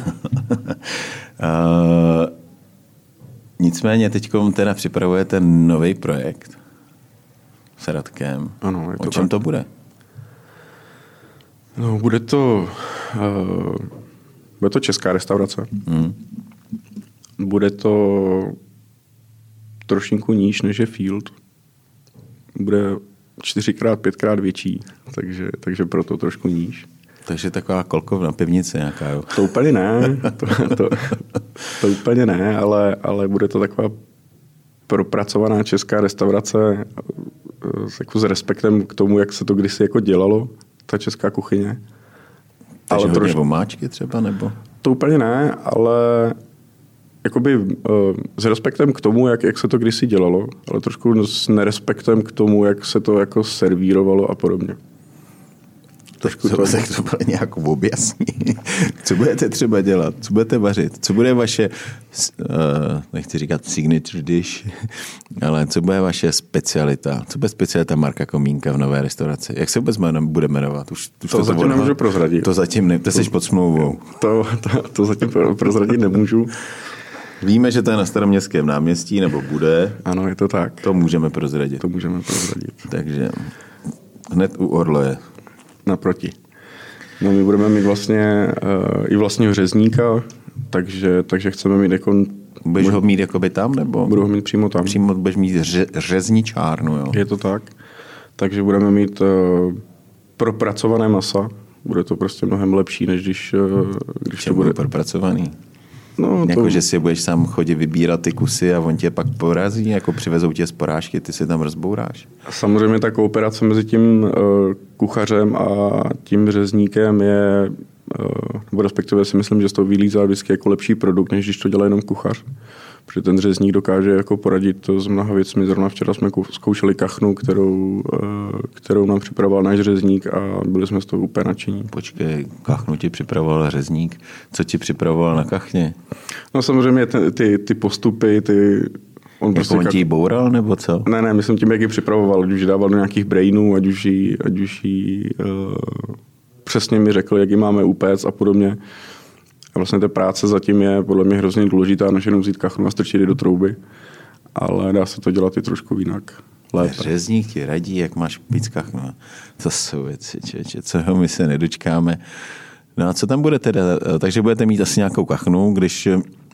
Nicméně teďkom teda připravujete nový projekt s Radkem. Ano, o čem to bude? No, bude to česká restaurace. Bude to trošinku níž, než je Field. Bude 4x, 5x větší, takže proto trošku níž. Takže taková kolkovna pivnice nějaká, jo? To úplně ne, to úplně ne, ale bude to taková propracovaná česká restaurace jako s respektem k tomu, jak se to kdysi jako dělalo, ta česká kuchyně. Takže ale hodně vomáčky třeba, nebo? To úplně ne, ale jakoby s respektem k tomu, jak se to kdysi dělalo, ale trošku s nerespektem k tomu, jak se to jako servírovalo a podobně. Tak to bude nějak objasní. Co budete třeba dělat? Co budete vařit? Co bude vaše, nechci říkat signature dish, ale co bude vaše specialita? Co bude specialita Marka Komínka v nové restauraci? Jak se vůbec bude jmenovat? Už to zatím nemůžu prozradit. To zatím ne, to jsi pod smlouvou. To zatím prozradit nemůžu. Víme, že to je na Staroměstském náměstí, nebo bude. Ano, je to tak. To můžeme prozradit. Takže hned u Orloje. Naproti. No, my budeme mít vlastně i vlastního řezníka, takže chceme mít jako... Budeš ho mít jakoby tam, nebo? Budu ho mít přímo tam. Přímo budeš mít řezničárnu, jo? Je to tak. Takže budeme mít propracované masa. Bude to prostě mnohem lepší, než když to bude propracovaný. No, jako, že si budeš sám chodit vybírat ty kusy a on tě pak porazí, jako přivezou tě z porážky, ty si tam rozbouráš. Samozřejmě ta kooperace mezi tím kuchařem a tím řezníkem je, nebo respektive si myslím, že z toho vylízá vždycky jako lepší produkt, než když to dělá jenom kuchař. Protože ten řezník dokáže jako poradit s mnoha věcmi. Zrovna včera jsme zkoušeli kachnu, kterou nám připravoval náš řezník a byli jsme z toho úplně nadšení. Počkej, kachnu ti připravoval řezník. Co ti připravoval na kachně? No samozřejmě ty postupy, on prostě on ti boural, nebo co? Ne, myslím tím, jak ji připravoval. Ať už dával do nějakých brainů, ať už jí přesně mi řekl, jak ji máme upéct a podobně. A vlastně ta práce zatím je podle mě hrozně důležitá, než jenom vzít kachnu a strčit ji do trouby. Ale dá se to dělat i trošku jinak. Lépe. Řezník ti radí, jak máš pít kachnu. To jsou věci, čeho my se nedočkáme. No a co tam bude teda? Takže budete mít asi nějakou kachnu, když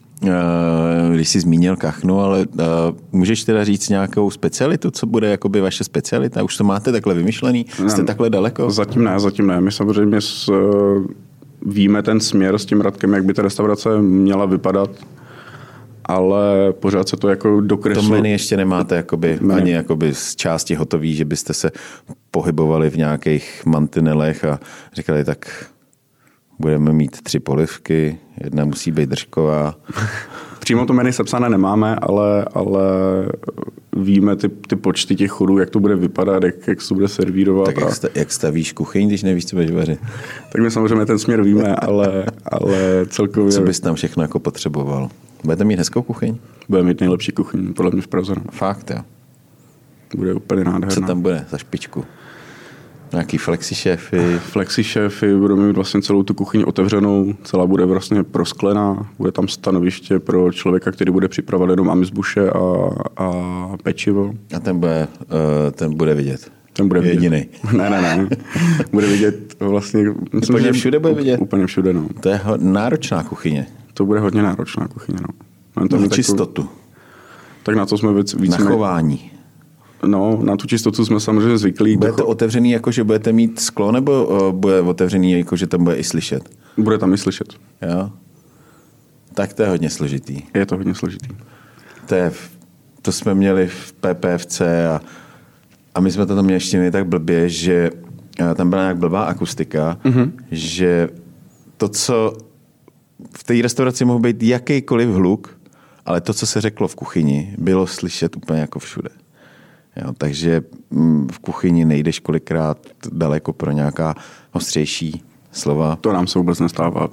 jsi zmínil kachnu, ale můžeš teda říct nějakou specialitu, co bude jakoby vaše specialita? Už to máte takhle vymyšlený? Jste takhle daleko? Zatím ne. My samozřejmě víme ten směr s tím Radkem, jak by ta restaurace měla vypadat. ale pořád se to jako dokreslilo. To menu ještě nemáte ani jakoby z části hotový, že byste se pohybovali v nějakých mantinelech a říkali, tak budeme mít 3 polivky, 1 musí být držková. Přímo to menu sepsané nemáme, ale víme ty počty těch chodů, jak to bude vypadat, jak se to bude servírovat. Tak jak stavíš kuchyň, když nevíš, co budeš vařit? Tak my samozřejmě ten směr víme, ale celkově... Co bys tam všechno jako potřeboval? Budete mít hezkou kuchyň? Budeme mít nejlepší kuchyň, podle mě v Praze. Fakt, jo. Bude úplně nádherná. Co tam bude za špičku? Nějaký flexišéfy? Flexišéfy, budeme mít vlastně celou tu kuchyň otevřenou, celá bude vlastně prosklená, bude tam stanoviště pro člověka, který bude připravovat jenom amizbuše a pečivo. A ten bude vidět? Ten bude vidět. Jedinej. Ne. Bude vidět vlastně... Úplně všude bude vidět? Úplně všude, no. To je náročná kuchyně. To bude hodně náročná kuchyně, no. Na čistotu. Tak na to jsme víc... Na chování. No, na tu čistotu jsme samozřejmě zvyklí. Bude to otevřený, jako že budete mít sklo, nebo bude otevřený, jako že tam bude i slyšet? Bude tam i slyšet. Jo. Tak to je hodně složitý. Je to hodně složitý. To jsme měli v PPFC a my jsme to tam měli ještě tak blbě, že tam byla nějak blbá akustika, že to, co v té restauraci mohl být jakýkoliv hluk, ale to, co se řeklo v kuchyni, bylo slyšet úplně jako všude. Jo, takže v kuchyni nejdeš kolikrát daleko pro nějaká ostřejší slova. To nám se vůbec nestává.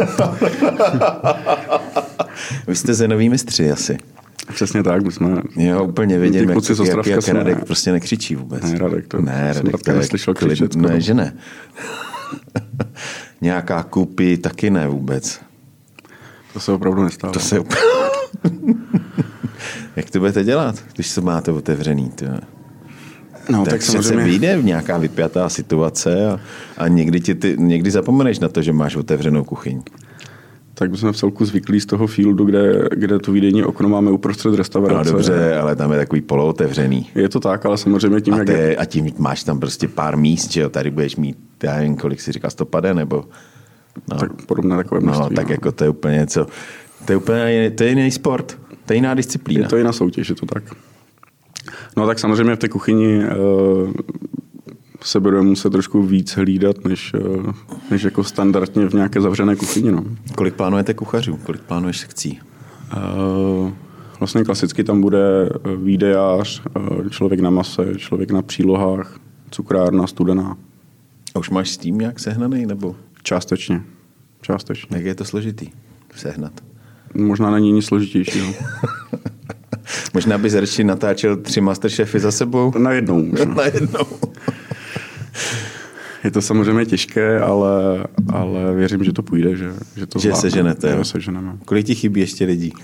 Vy jste zenový mistři asi. Přesně tak, my jsme... Jo, úplně vidím, jak jsme... Radek prostě nekřičí vůbec. Ne, Radek to neslyšel křičet. Ne, že ne. Nějaká kupy taky ne vůbec. To se opravdu nestává. Jak to budete dělat, když se máte otevřený? No, tak se vyjde v nějaká vypjatá situace a někdy zapomeneš na to, že máš otevřenou kuchyň. Tak bychom v celku zvyklí z toho fieldu, kde tu výdejní okno máme uprostřed restaurace. No dobře, ale tam je takový polootevřený. Je to tak, ale samozřejmě tím, a tím máš tam prostě pár míst, že jo? Tady budeš mít, já nevím, kolik si říkal, 150 nebo... No. Tak podobné takové množství. No, tak jako to je úplně něco... To je jiný sport. To je jiná disciplína. Je to jiná soutěž, je to tak. No tak samozřejmě v té kuchyni se budeme muset trošku víc hlídat, než jako standardně v nějaké zavřené kuchyni. No. Kolik plánujete kuchařů? Kolik plánuješ sekcí? Vlastně klasicky tam bude výdejář, člověk na mase, člověk na přílohách, cukrárna, studená. A už máš s tím nějak sehnaný, nebo? Částečně. Jak je to složitý sehnat? Možná není nic složitějšího. Možná bys radši natáčel 3 Masterchefy za sebou? Najednou. Je to samozřejmě těžké, ale věřím, že to půjde. Že to že seženete. Že seženeme. Kolik ti chybí ještě lidí?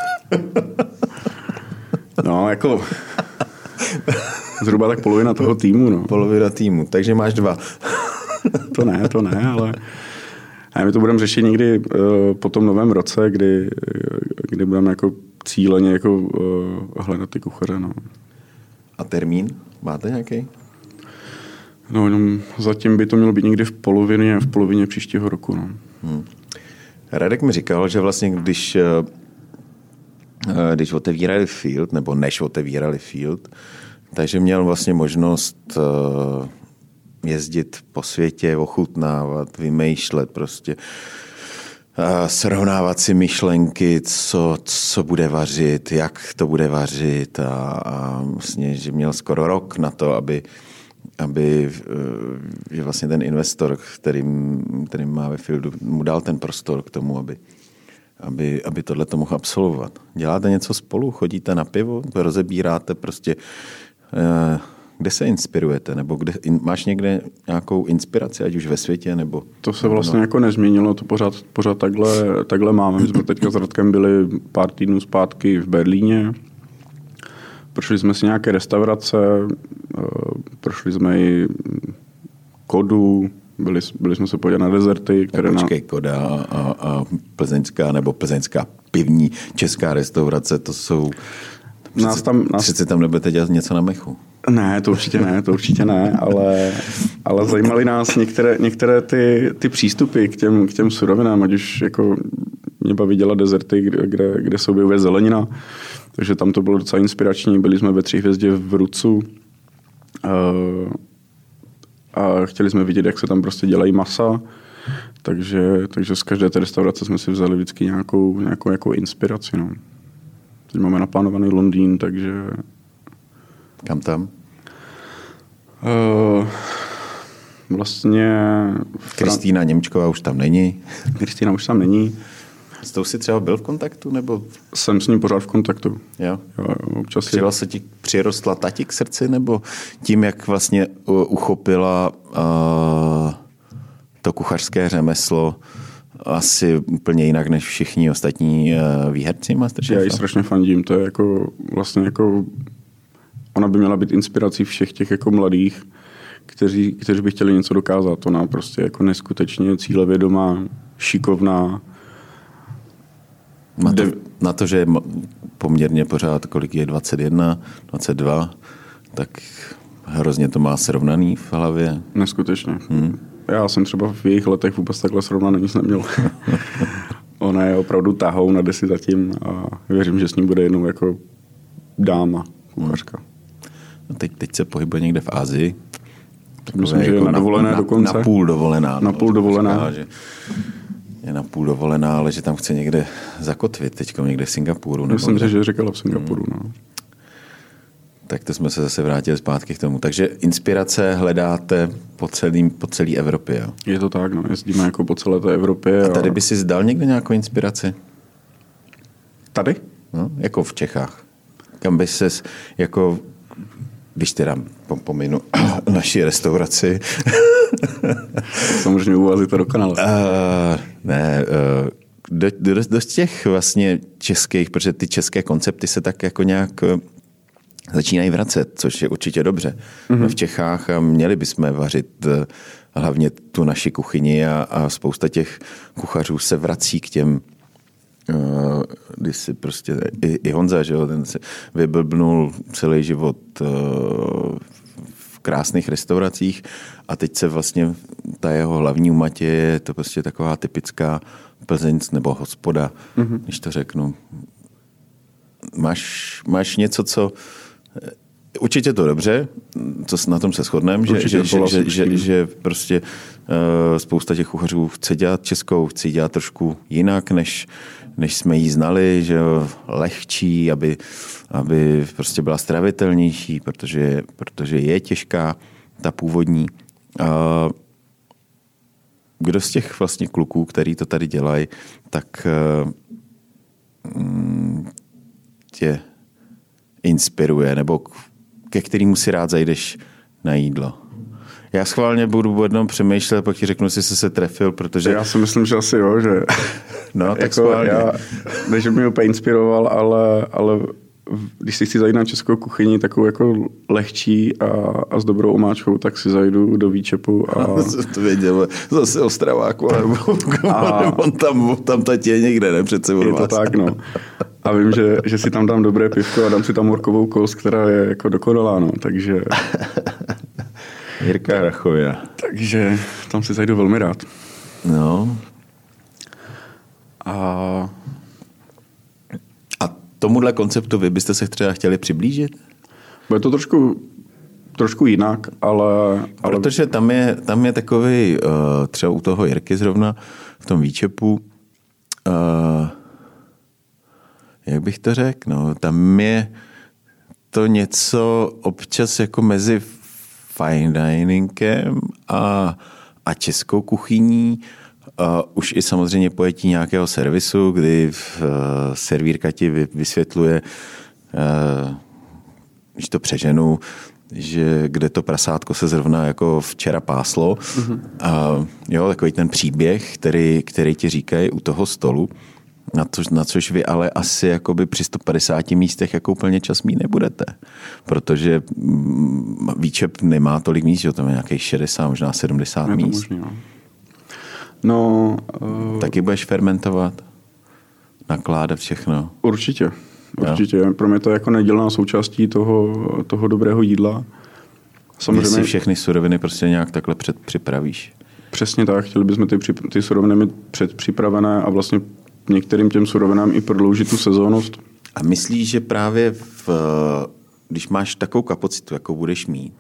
No, jako... Zhruba tak polovina toho týmu. No. Polovina týmu, takže máš 2. To ne, ale... A my to budeme řešit někdy po tom novém roce, kdy budeme jako cíleně jako hledat ty kuchaře. No. A termín? Máte nějaký? No, zatím by to mělo být někdy v polovině příštího roku. No. Radek mi říkal, že vlastně když otevírali Field, nebo než otevírali Field, takže měl vlastně možnost jezdit po světě, ochutnávat, vymýšlet prostě, srovnávat si myšlenky, co bude vařit, jak to bude vařit a vlastně, že měl skoro rok na to, aby že vlastně ten investor, který má ve Fieldu, mu dal ten prostor k tomu, aby tohle to mohl absolvovat. Děláte něco spolu? Chodíte na pivo? Rozebíráte prostě... Kde se inspirujete? Nebo máš někde nějakou inspiraci, ať už ve světě, nebo... To se vlastně jako nezměnilo, to pořád takhle máme. My jsme teďka s Radkem byli pár týdnů zpátky v Berlíně. Prošli jsme si nějaké restaurace, prošli jsme i Kodu, byli jsme se podívat na dezerty, které... Koda a plzeňská nebo plzeňská pivní česká restaurace, to jsou... Přece tam nebudete dělat něco na mechu. Ne, to určitě ne, ale zajímaly nás některé ty přístupy k těm surovinám, ať už jako mě baví dělat dezerty, kde se objevuje zelenina. Takže tam to bylo docela inspirační. Byli jsme ve 3 hvězdě v Rucu a chtěli jsme vidět, jak se tam prostě dělají masa. Takže z každé té restaurace jsme si vzali vždycky nějakou inspiraci. No. Teď máme naplánovaný Londýn, takže... Kam tam? Vlastně... Kristýna Němčková už tam není. Kristýna už tam není. S tou jsi třeba byl v kontaktu, nebo? Jsem s ním pořád v kontaktu. Jo? Občas Přirostla tati k srdci, nebo tím, jak vlastně uchopila to kuchařské řemeslo asi úplně jinak než všichni ostatní výherci MasterChefa? Já ji strašně fandím. To je jako ona by měla být inspirací všech těch jako mladých, kteří by chtěli něco dokázat. Ona prostě jako neskutečně cílevědomá, šikovná. Na to, že je poměrně pořád, kolik je 21, 22, tak hrozně to má srovnaný v hlavě. Neskutečně. Já jsem třeba v jejich letech vůbec takhle srovnaný nic neměl. Ona je opravdu tahou na desi zatím a věřím, že s ním bude jednou jako dáma, kuchařka. No teď se pohybuje někde v Asii. Myslím, že je na dovolené dokonce. Na půl dovolená. Na půl dovolená. Říká, že je na půl dovolená, ale že tam chce někde zakotvit, teďko někde v Singapuru. Myslím, že říkala v Singapuru. No. Tak to jsme se zase vrátili zpátky k tomu. Takže inspirace hledáte po celé Evropě. Jo? Je to tak, no. Jezdíme jako po celé té Evropě. A tady by si zdal někde nějakou inspiraci? Tady? No, jako v Čechách. Kam by ses, jako, když teda pominu naši restauraci. Samozřejmě uvází to dokonale. Do těch vlastně českých, protože ty české koncepty se tak jako nějak začínají vracet, což je určitě dobře. V Čechách a měli bychom vařit hlavně tu naši kuchyni a spousta těch kuchařů se vrací k těm, když si prostě i Honza, že jo, ten se vyblbnul celý život v krásných restauracích a teď se vlastně ta jeho hlavní umatě je to prostě taková typická Plzeň nebo hospoda, když to řeknu. Máš něco, co určitě to dobře, na tom se shodneme, že prostě spousta těch kuchařů chce dělat českou, chce dělat trošku jinak, než jsme ji znali, že lehčí, aby prostě byla stravitelnější, protože je těžká ta původní. Kdo z těch vlastně kluků, který to tady dělají, tak tě inspiruje, nebo ke kterému si rád zajdeš na jídlo? Já schválně budu jednou přemýšlet, pak ti řeknu, jestli jsi se trefil, protože... Já si myslím, že asi jo, že... No, tak jako schválně. Ne, že mě úplně inspiroval, ale když si chci zajít na českou kuchyni, takovou jako lehčí a s dobrou omáčkou, tak si zajdu do Výčepu a... To věděl, zase Ostraváku, nebo tam tati je někde, ne? Přece je to tak, no. A vím, že si tam dám dobré pivko a dám si tam morkovou kost, která je jako dokonalá, no, takže... Jirka Rachovina. Takže tam si zajdu velmi rád. No. A tomuhle konceptu vy byste se třeba chtěli přiblížit? Bude to trošku jinak, ale... Protože tam je takový, třeba u toho Jirky zrovna, v tom Výčepu, jak bych to řekl, no, tam je to něco občas jako mezi fine diningem a českou kuchyní, už i samozřejmě pojetí nějakého servisu, kdy servírka ti vysvětluje, když to přeženu, že kde to prasátko se zrovna jako včera páslo. A jo, takový ten příběh, který ti říkají u toho stolu, na což vy ale asi jakoby při 150 místech jako úplně čas mít nebudete. Protože Výčep nemá tolik míst, že tam je nějakých 60, možná 70 míst. Možný, no. Taky budeš fermentovat? Nakládat všechno? Určitě. Pro mě to je jako nedělná součástí toho dobrého jídla. Samozřejmě si všechny suroviny prostě nějak takhle předpřipravíš. Přesně tak. Chtěli bychom ty suroviny mít předpřipravené a vlastně některým těm surovinám i prodloužit tu sezónnost. A myslíš, že právě když máš takovou kapacitu, jakou budeš mít,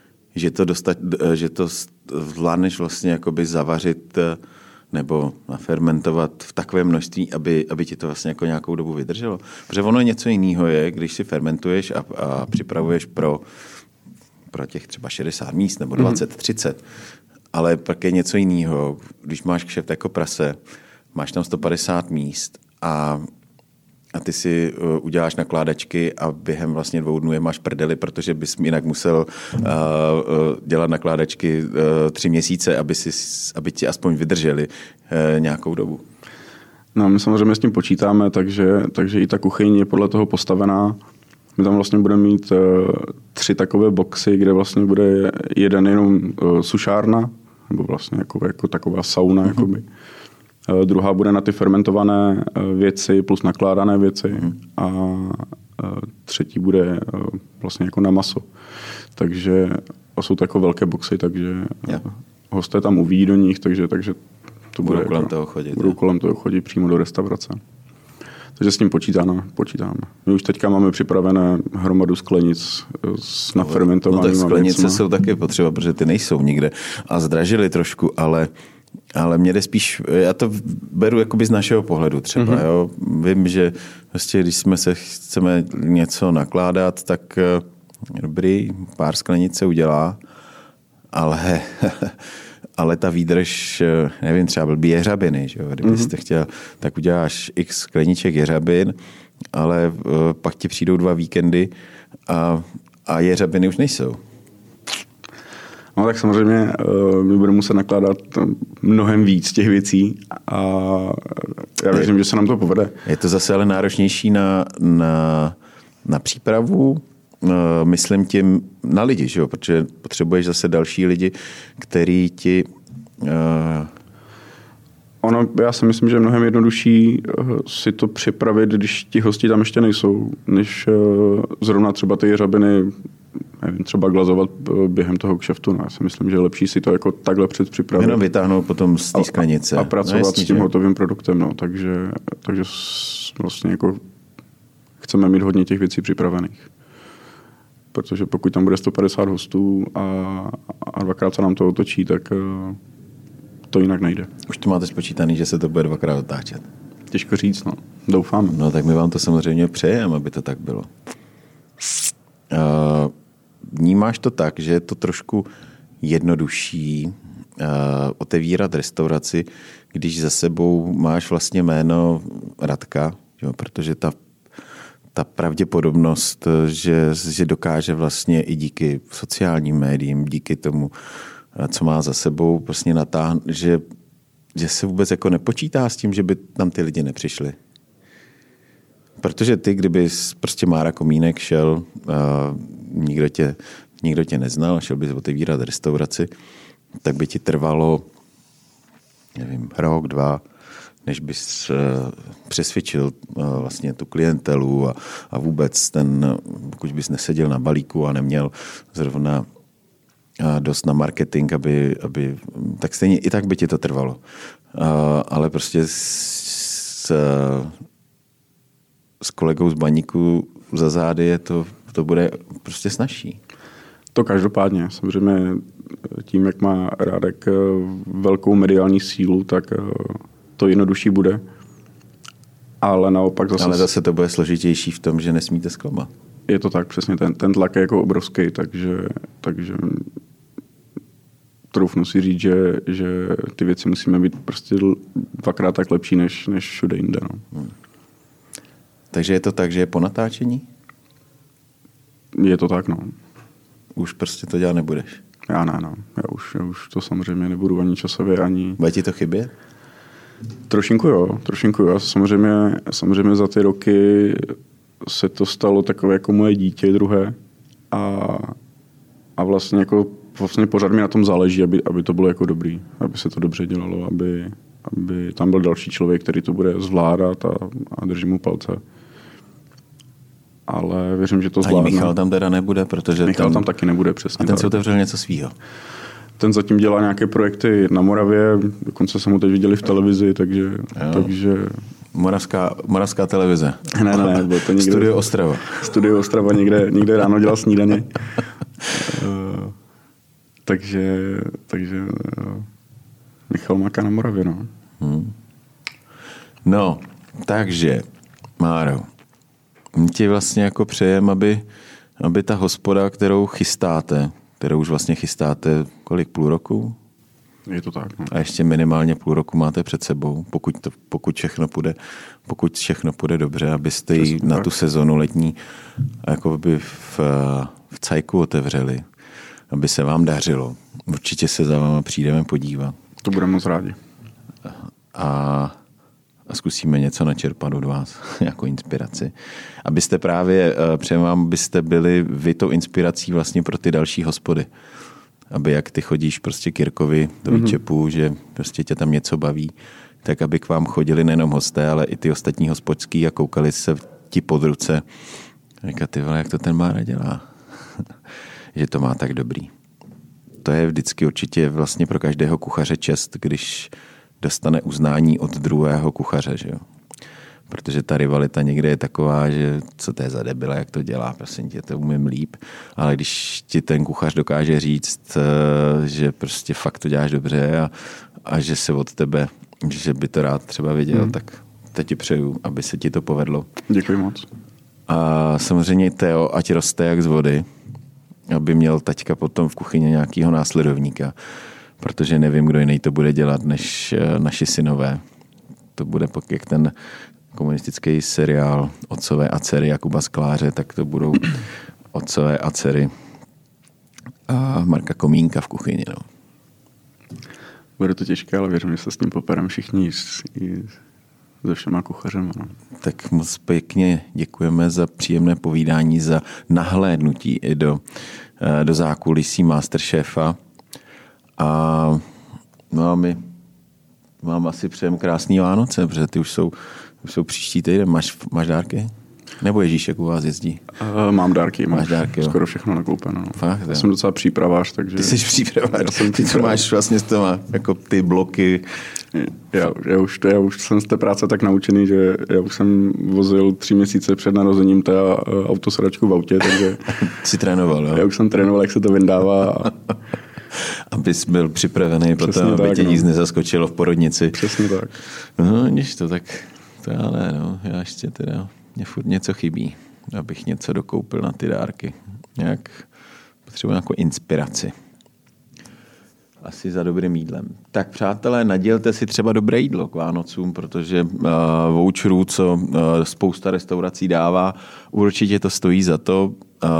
že to zvládneš vlastně jakoby zavařit nebo nafermentovat v takové množství, aby ti to vlastně jako nějakou dobu vydrželo? Protože ono něco jiného je, když si fermentuješ a připravuješ pro těch třeba 60 míst nebo 20, 30, ale pak je něco jiného, když máš kšeft jako prase, máš tam 150 míst a ty si uděláš nakládačky a během vlastně 2 dnů je máš prdeli, protože bys jinak musel dělat nakládačky 3 měsíce, aby ti aspoň vydrželi nějakou dobu. No, my samozřejmě s tím počítáme, takže i ta kuchyň je podle toho postavená. My tam vlastně budeme mít 3 takové boxy, kde vlastně bude jeden jenom sušárna, nebo vlastně jako taková sauna, jakoby. Druhá bude na ty fermentované věci plus nakládané věci a třetí bude vlastně jako na maso. Takže jsou to jako velké boxy, takže hosté tam uvidí do nich, takže to bude kolem toho chodit. Budou kolem toho chodit přímo do restaurace. Takže s tím počítáme. My už teďka máme připravené hromadu sklenic s nafermentovanými věcmi. No tak sklenice jsou taky potřeba, protože ty nejsou nikde a zdražily trošku, ale mě jde spíš, já to beru jakoby z našeho pohledu třeba. Jo? Vím, že vlastně, když chceme něco nakládat, tak dobrý, pár sklenic se udělá, ale ta výdrž, nevím, třeba blbý jeřabiny. Že jo? Kdybyste chtěl, tak uděláš x skleniček jeřabin, ale pak ti přijdou 2 víkendy a jeřabiny už nejsou. No tak samozřejmě my budeme muset nakládat mnohem víc těch věcí a já věřím, že se nám to povede. Je to zase ale náročnější na přípravu, myslím tím na lidi, že jo? Protože potřebuješ zase další lidi, který ti... Já si myslím, že je mnohem jednodušší si to připravit, když ti hosti tam ještě nejsou, než zrovna třeba ty jeřabiny, nevím, třeba glazovat během toho kšeftu. No, já si myslím, že je lepší si to jako takhle předpřipravit. Jenom vytáhnout potom z té sklenice. A pracovat s tím hotovým produktem. No. Takže vlastně jako chceme mít hodně těch věcí připravených. Protože pokud tam bude 150 hostů a 2krát se nám to otočí, tak to jinak nejde. Už to máte spočítaný, že se to bude 2krát otáčet? Těžko říct, no. Doufám. No tak my vám to samozřejmě přejeme, aby to tak bylo. Vnímáš to tak, že je to trošku jednodušší otevírat restauraci, když za sebou máš vlastně jméno Radka, jo? Protože ta pravděpodobnost, že dokáže vlastně i díky sociálním médiím, díky tomu, co má za sebou, prostě natáhnout, že se vůbec jako nepočítá s tím, že by tam ty lidi nepřišli. Protože ty, kdyby prostě Mára Komínek šel, nikdo tě neznal, šel bys otevírat restauraci, tak by ti trvalo, nevím, 1, 2 roky, než bys přesvědčil vlastně tu klientelu a vůbec pokud bys neseděl na balíku a neměl zrovna dost na marketing, tak stejně i tak by ti to trvalo. Ale prostě s kolegou z baníku za zády to bude prostě snazší. To každopádně. Samozřejmě tím, jak má Rádek velkou mediální sílu, tak to jednodušší bude. Ale naopak zase... Ale zase to bude složitější v tom, že nesmíte zklamat. Je to tak, přesně. Ten tlak je jako obrovský, takže troufnu si říct, že ty věci musíme být prostě 2krát tak lepší, než všude jinde. No. Takže je to tak, že je po natáčení? Je to tak, no. Už prostě to dělat nebudeš? Já ne, no. Já už to samozřejmě nebudu ani časově, ani... Bude ti to chybět? Trošinku jo. Samozřejmě za ty roky se to stalo takové jako moje dítě druhé a vlastně pořád mi na tom záleží, aby to bylo jako dobrý, aby se to dobře dělalo, aby tam byl další člověk, který to bude zvládat a drží mu palce. Ale věřím, že to zvládne. Ani Michal tam teda nebude, protože Michal tam taky nebude, přesně. A ten si otevřel něco svýho. Ten zatím dělá nějaké projekty na Moravě, dokonce jsem ho teď viděli v televizi, takže Moravská televize. Ne, bylo to někde. Studio Ostrava, někde ráno dělal snídaně. Takže Michal Maka na Moravě, no. No, takže, Máro, ti vlastně jako přejem, aby ta hospoda, kterou už vlastně chystáte, kolik, půl roku? Je to tak, no. A ještě minimálně půl roku máte před sebou, pokud všechno půjde dobře, abyste ji na tu sezonu letní jako by v cajku otevřeli, aby se vám dařilo. Určitě se za váma přijdeme podívat. To budeme moc rádi. A zkusíme něco načerpat od vás jako inspiraci. Abyste přejem vám, abyste byli vy tou inspirací vlastně pro ty další hospody. Aby jak ty chodíš prostě k Jirkovi do Výčepu, že prostě tě tam něco baví, tak aby k vám chodili nejenom hosté, ale i ty ostatní hospodský a koukali se ti pod ruce. Říká, ty vole, jak to ten Mára dělá. Že to má tak dobrý. To je vždycky určitě vlastně pro každého kuchaře čest, když dostane uznání od druhého kuchaře, že jo. Protože ta rivalita někde je taková, že co to je za debila, jak to dělá, prosím tě, to umím líp. Ale když ti ten kuchař dokáže říct, že prostě fakt to děláš dobře a že se od tebe, že by to rád třeba viděl, tak teď ti přeju, aby se ti to povedlo. Děkuji moc. A samozřejmě Teo, ať roste jak z vody, aby měl taťka potom v kuchyni nějakého následovníka, protože nevím, kdo jiný to bude dělat, než naši synové. To bude pak jak ten komunistický seriál Otcové a dcery Jakuba Skláře, tak to budou otcové a dcery a Marka Komínka v kuchyni. No. Bude to těžké, ale věřím, že se s ním poperem všichni i se všema kuchařema. No. Tak moc pěkně děkujeme za příjemné povídání, za nahlédnutí i do zákulisí Masterchefa. A my vám asi přejem krásný Vánoce, protože ty už jsou příští týden. Máš dárky? Nebo Ježíšek u vás jezdí? Mám dárky. Máš dárky, skoro všechno nakoupeno. No. Fakt, já jsem docela přípravář, takže... Ty jsi přípravář. Ty co máš vlastně s těma, jako ty bloky. Já už jsem z té práce tak naučený, že já už jsem vozil 3 měsíce před narozením té autosedačku v autě, takže... Jsi trénoval, jo? Já už jsem trénoval, jak se to vyndává. Abys byl připravený potom, aby tě nic nezaskočilo v porodnici. Přesně tak. No, když to tak... To já ne, no. Já ještě teda... Mně furt něco chybí, abych něco dokoupil na ty dárky. Nějak potřebuji nějakou inspiraci. Asi za dobrým jídlem. Tak přátelé, nadělte si třeba dobré jídlo k Vánocům, protože voucherů, co spousta restaurací dává, určitě to stojí za to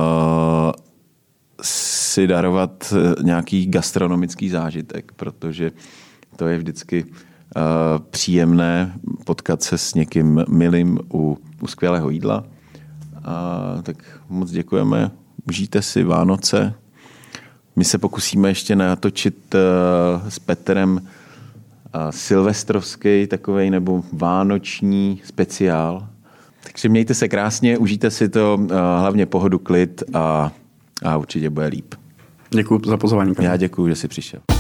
si darovat nějaký gastronomický zážitek, protože to je vždycky příjemné potkat se s někým milým u skvělého jídla. Tak moc děkujeme. Užijte si Vánoce. My se pokusíme ještě natočit s Petrem silvestrovský takovej nebo vánoční speciál. Takže mějte se krásně, užijte si to, hlavně pohodu, klid a určitě bude líp. Děkuji za pozvání. Já děkuji, že jsi přišel.